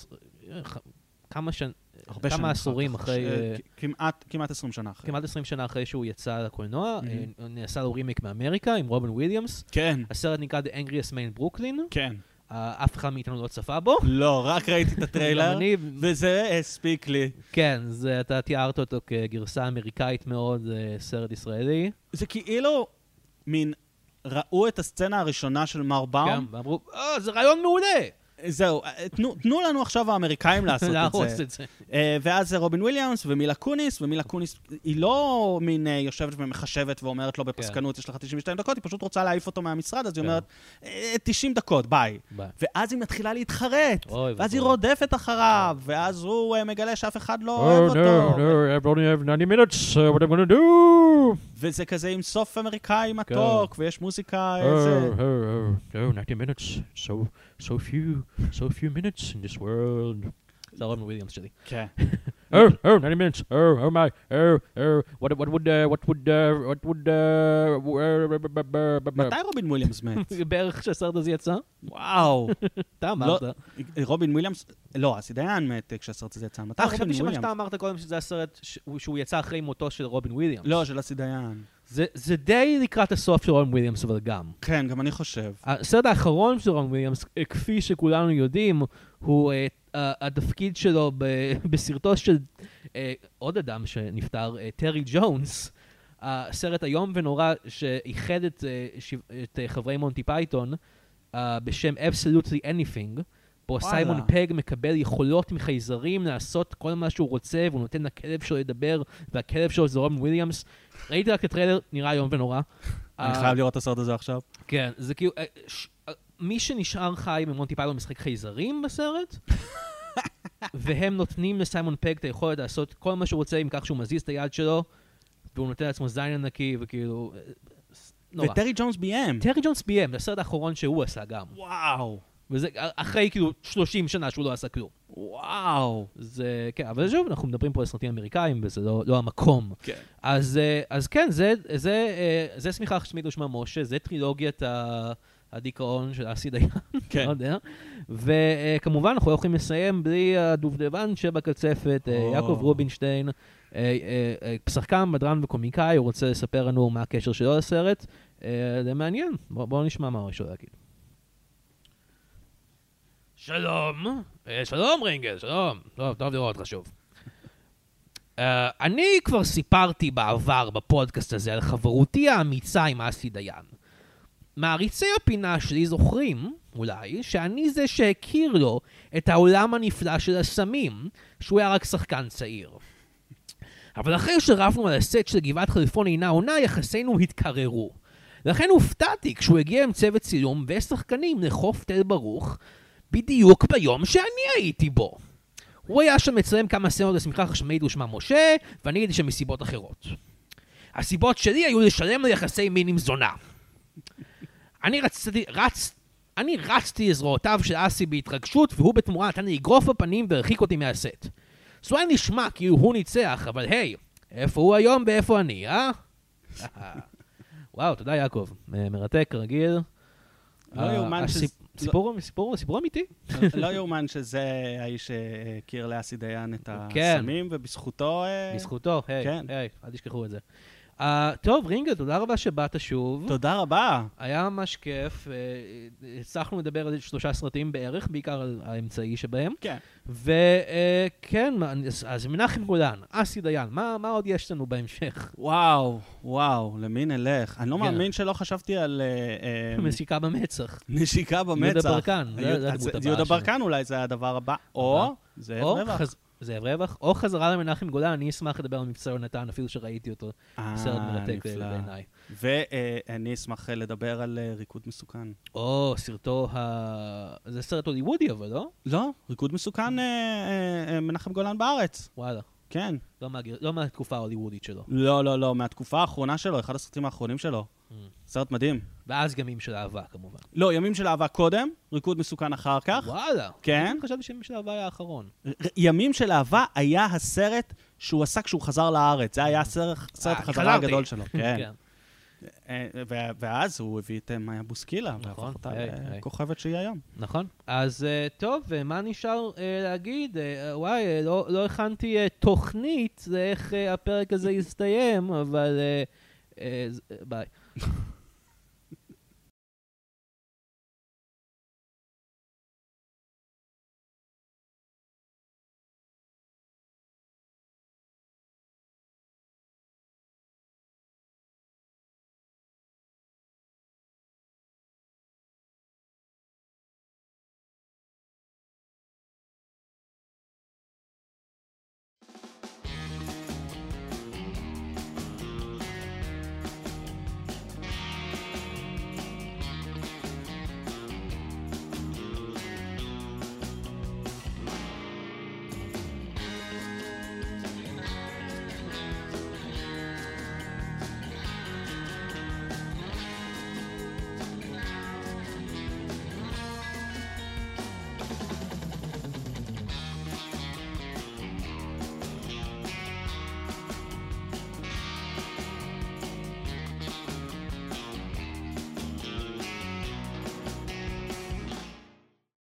כמה עשורים אחרי... כמעט 20 שנה אחרי. כמעט 20 שנה אחרי שהוא יצא לקולנוע, נעשה לו רימייק מאמריקה עם רובין וויליאמס. כן. הסרט נקרא The Angriest Man in Brooklyn. כן. אף אחד מאיתנו לא צפה בו. לא, רק ראיתי את הטריילר, וזה הספיק לי. כן, אתה תיארת אותו כגרסה אמריקאית מאוד, סרט ישראלי. זה כאילו מין... ראו את הסצנה הראשונה של מר באום. כן, ואמרו, זה רעיון מעולה. זהו, תנו לנו עכשיו האמריקאים לעשות את זה. ואז זה רובין וויליאמס ומילה קוניס, ומילה קוניס היא לא מין יושבת ומחשבת ואומרת לו בפסקנות, יש לך 92 דקות, היא פשוט רוצה להעיף אותו מהמשרד, אז היא אומרת, 90 דקות, ביי. ואז היא מתחילה להתחרט, ואז היא רודפת אחריו, ואז הוא מגלה שאף אחד לא אוהב אותו. I only have 90 minutes, what am I gonna do? וזה כזה עם סוף אמריקאי מתוק, ויש מוזיקה, Oh, 90 minutes, so few minutes in this world. זה רובין וויליאמס שלי. כן. Oh, 90 minutes, oh my, what would, מתי רובין וויליאמס מת? בערך כשהסרט הזה יצא. וואו. אתה אמרת. רובין וויליאמס, לא, אסי דיין מת כשהסרט הזה יצא. מתי רובין וויליאמס? חשבתי שמה שאתה אמרת קודם שזה הסרט שהוא יצא אחרי מותו של רובין וויליאמס. לא, של אסי דיין. זה די לקראת הסוף של רובין וויליאמס, אבל גם. כן, גם אני חושב. הסרט האחרון של רובין וויליאמס, כפי שכולנו יודעים, הוא התפקיד שלו בסרטו של עוד אדם שנפטר, טרי ג'ונס, הסרט היום ונורא שאיחד את חברי מונטי פייתון בשם Absolutely Anything. פה סיימון פג מקבל יכולות מחייזרים לעשות כל מה שהוא רוצה, והוא נותן לכלב שלו לדבר, והכלב שלו זה רובין וויליאמס. ראיתי רק את הטריילר, נראה היום ונורא. אני חייב לראות את הסרט הזה עכשיו. כן, זה כאילו, מי שנשאר חי ממונטי פייתון משחק חייזרים בסרט, והם נותנים לסיימון פג את היכולת לעשות כל מה שהוא רוצה עם כך שהוא מזיז את היד שלו, והוא נותן לעצמו זין ענקי, וכאילו, נורא. וטרי ג'ונס ביים. טרי ג'ונס ביים, זה הסרט האחרון שהוא עשה גם. וואו. וזה אחרי כאילו 30 שנה שהוא לא עשה כלום. וואו. זה, כן, אבל שוב, אנחנו מדברים פה על סרטים אמריקאים, וזה לא המקום. כן. אז כן, זה סמיכה חשמית ושמה משה, זה טרילוגיית הדיכאון של אסי דיין. כן. לא יודע. וכמובן, אנחנו לא יכולים לסיים בלי הדובדבן שבקצפת, יעקב רובינשטיין, שחקן, מדרן וקומיקאי, הוא רוצה לספר לנו מה הקשר שלו לסרט. זה מעניין, בואו נשמע מה הוא יש לו להגיד. שלום, שלום רינגל, שלום, טוב לראות לך שוב. אני כבר סיפרתי בעבר בפודקאסט הזה על חברותי האמיצה עם אסי דיין. מעריצי הפינה שלי זוכרים, אולי, שאני זה שהכיר לו את העולם הנפלא של הסמים, שהוא היה רק שחקן צעיר. אבל אחרי שרבנו על הסט של גבעת חלפון אינה עונה, יחסינו התקררו. לכן הופתעתי כשהוא הגיע עם צוות צילום ושחקנים לחוף תל ברוך, בדיוק ביום שאני הייתי בו. הוא היה שם מצלם כמה סצנות לשמיכה חשמלית ושמה משה, ואני הייתי שם מסיבות אחרות. הסיבות שלי היו לשלם ליחסי מין עם זונה. אני רצתי לזרועותיו של אסי בהתרגשות, והוא בתמורה נתן לי אגרוף בפנים והרחיק אותי מהסט. זו היה נשמע כאילו הוא ניצח, אבל היי, איפה הוא היום ואיפה אני, וואו, תודה יעקב. מרתק, רגיל. לא יאומן סיפור אמיתי. לא יאומן שזה האיש שהכיר לאסי דיין את הסמים, ובזכותו... בזכותו, היי, אל תשכחו את זה. טוב, רינגל, תודה רבה שבאת שוב. תודה רבה. היה ממש כיף. הצלחנו לדבר על 3 סרטים בערך, בעיקר על האמצעי שבהם. כן. וכן, אז מנחם גולן, אסי דיין, מה עוד יש לנו בהמשך? וואו, למי נלך? אני לא מאמין שלא חשבתי על... נשיקה במצח. נשיקה במצח. יהודה ברקן, זה הדמות הבאה. יהודה ברקן אולי זה הדבר הבא. או זאב רווח. זאב רווח, או חזרה למנחם גולן, אני אשמח לדבר על מבצע יונתן, אפילו שראיתי אותו. סרט מרתק בעיניי. ואני אשמח לדבר על ריקוד מסוכן. או, סרטו זה סרט הוליוודי, אבל לא? לא, ריקוד מסוכן מנחם גולן בארץ. וואלה. כן. לא מהתקופה ההוליוודית שלו. לא, מהתקופה האחרונה שלו, אחד הסרטים האחרונים שלו. סרט מדהים. ואז ימים של אהבה, כמובן. לא, ימים של אהבה קודם, ריקוד מסוכן אחר כך. וואלה. כן. חשבתי שימים של אהבה היה האחרון. ימים של אהבה היה הסרט שהוא עשה כשהוא חזר לארץ. זה היה הסרט החזרה הגדול שלו. כן. ואז הוא הביא את מאיה בוסקילה, והפך אותה לכוכבת שהיא היום. נכון. אז טוב, מה נשאר להגיד? וואי, לא הכנתי תוכנית לאיך הפרק הזה יסתיים, אבל ביי.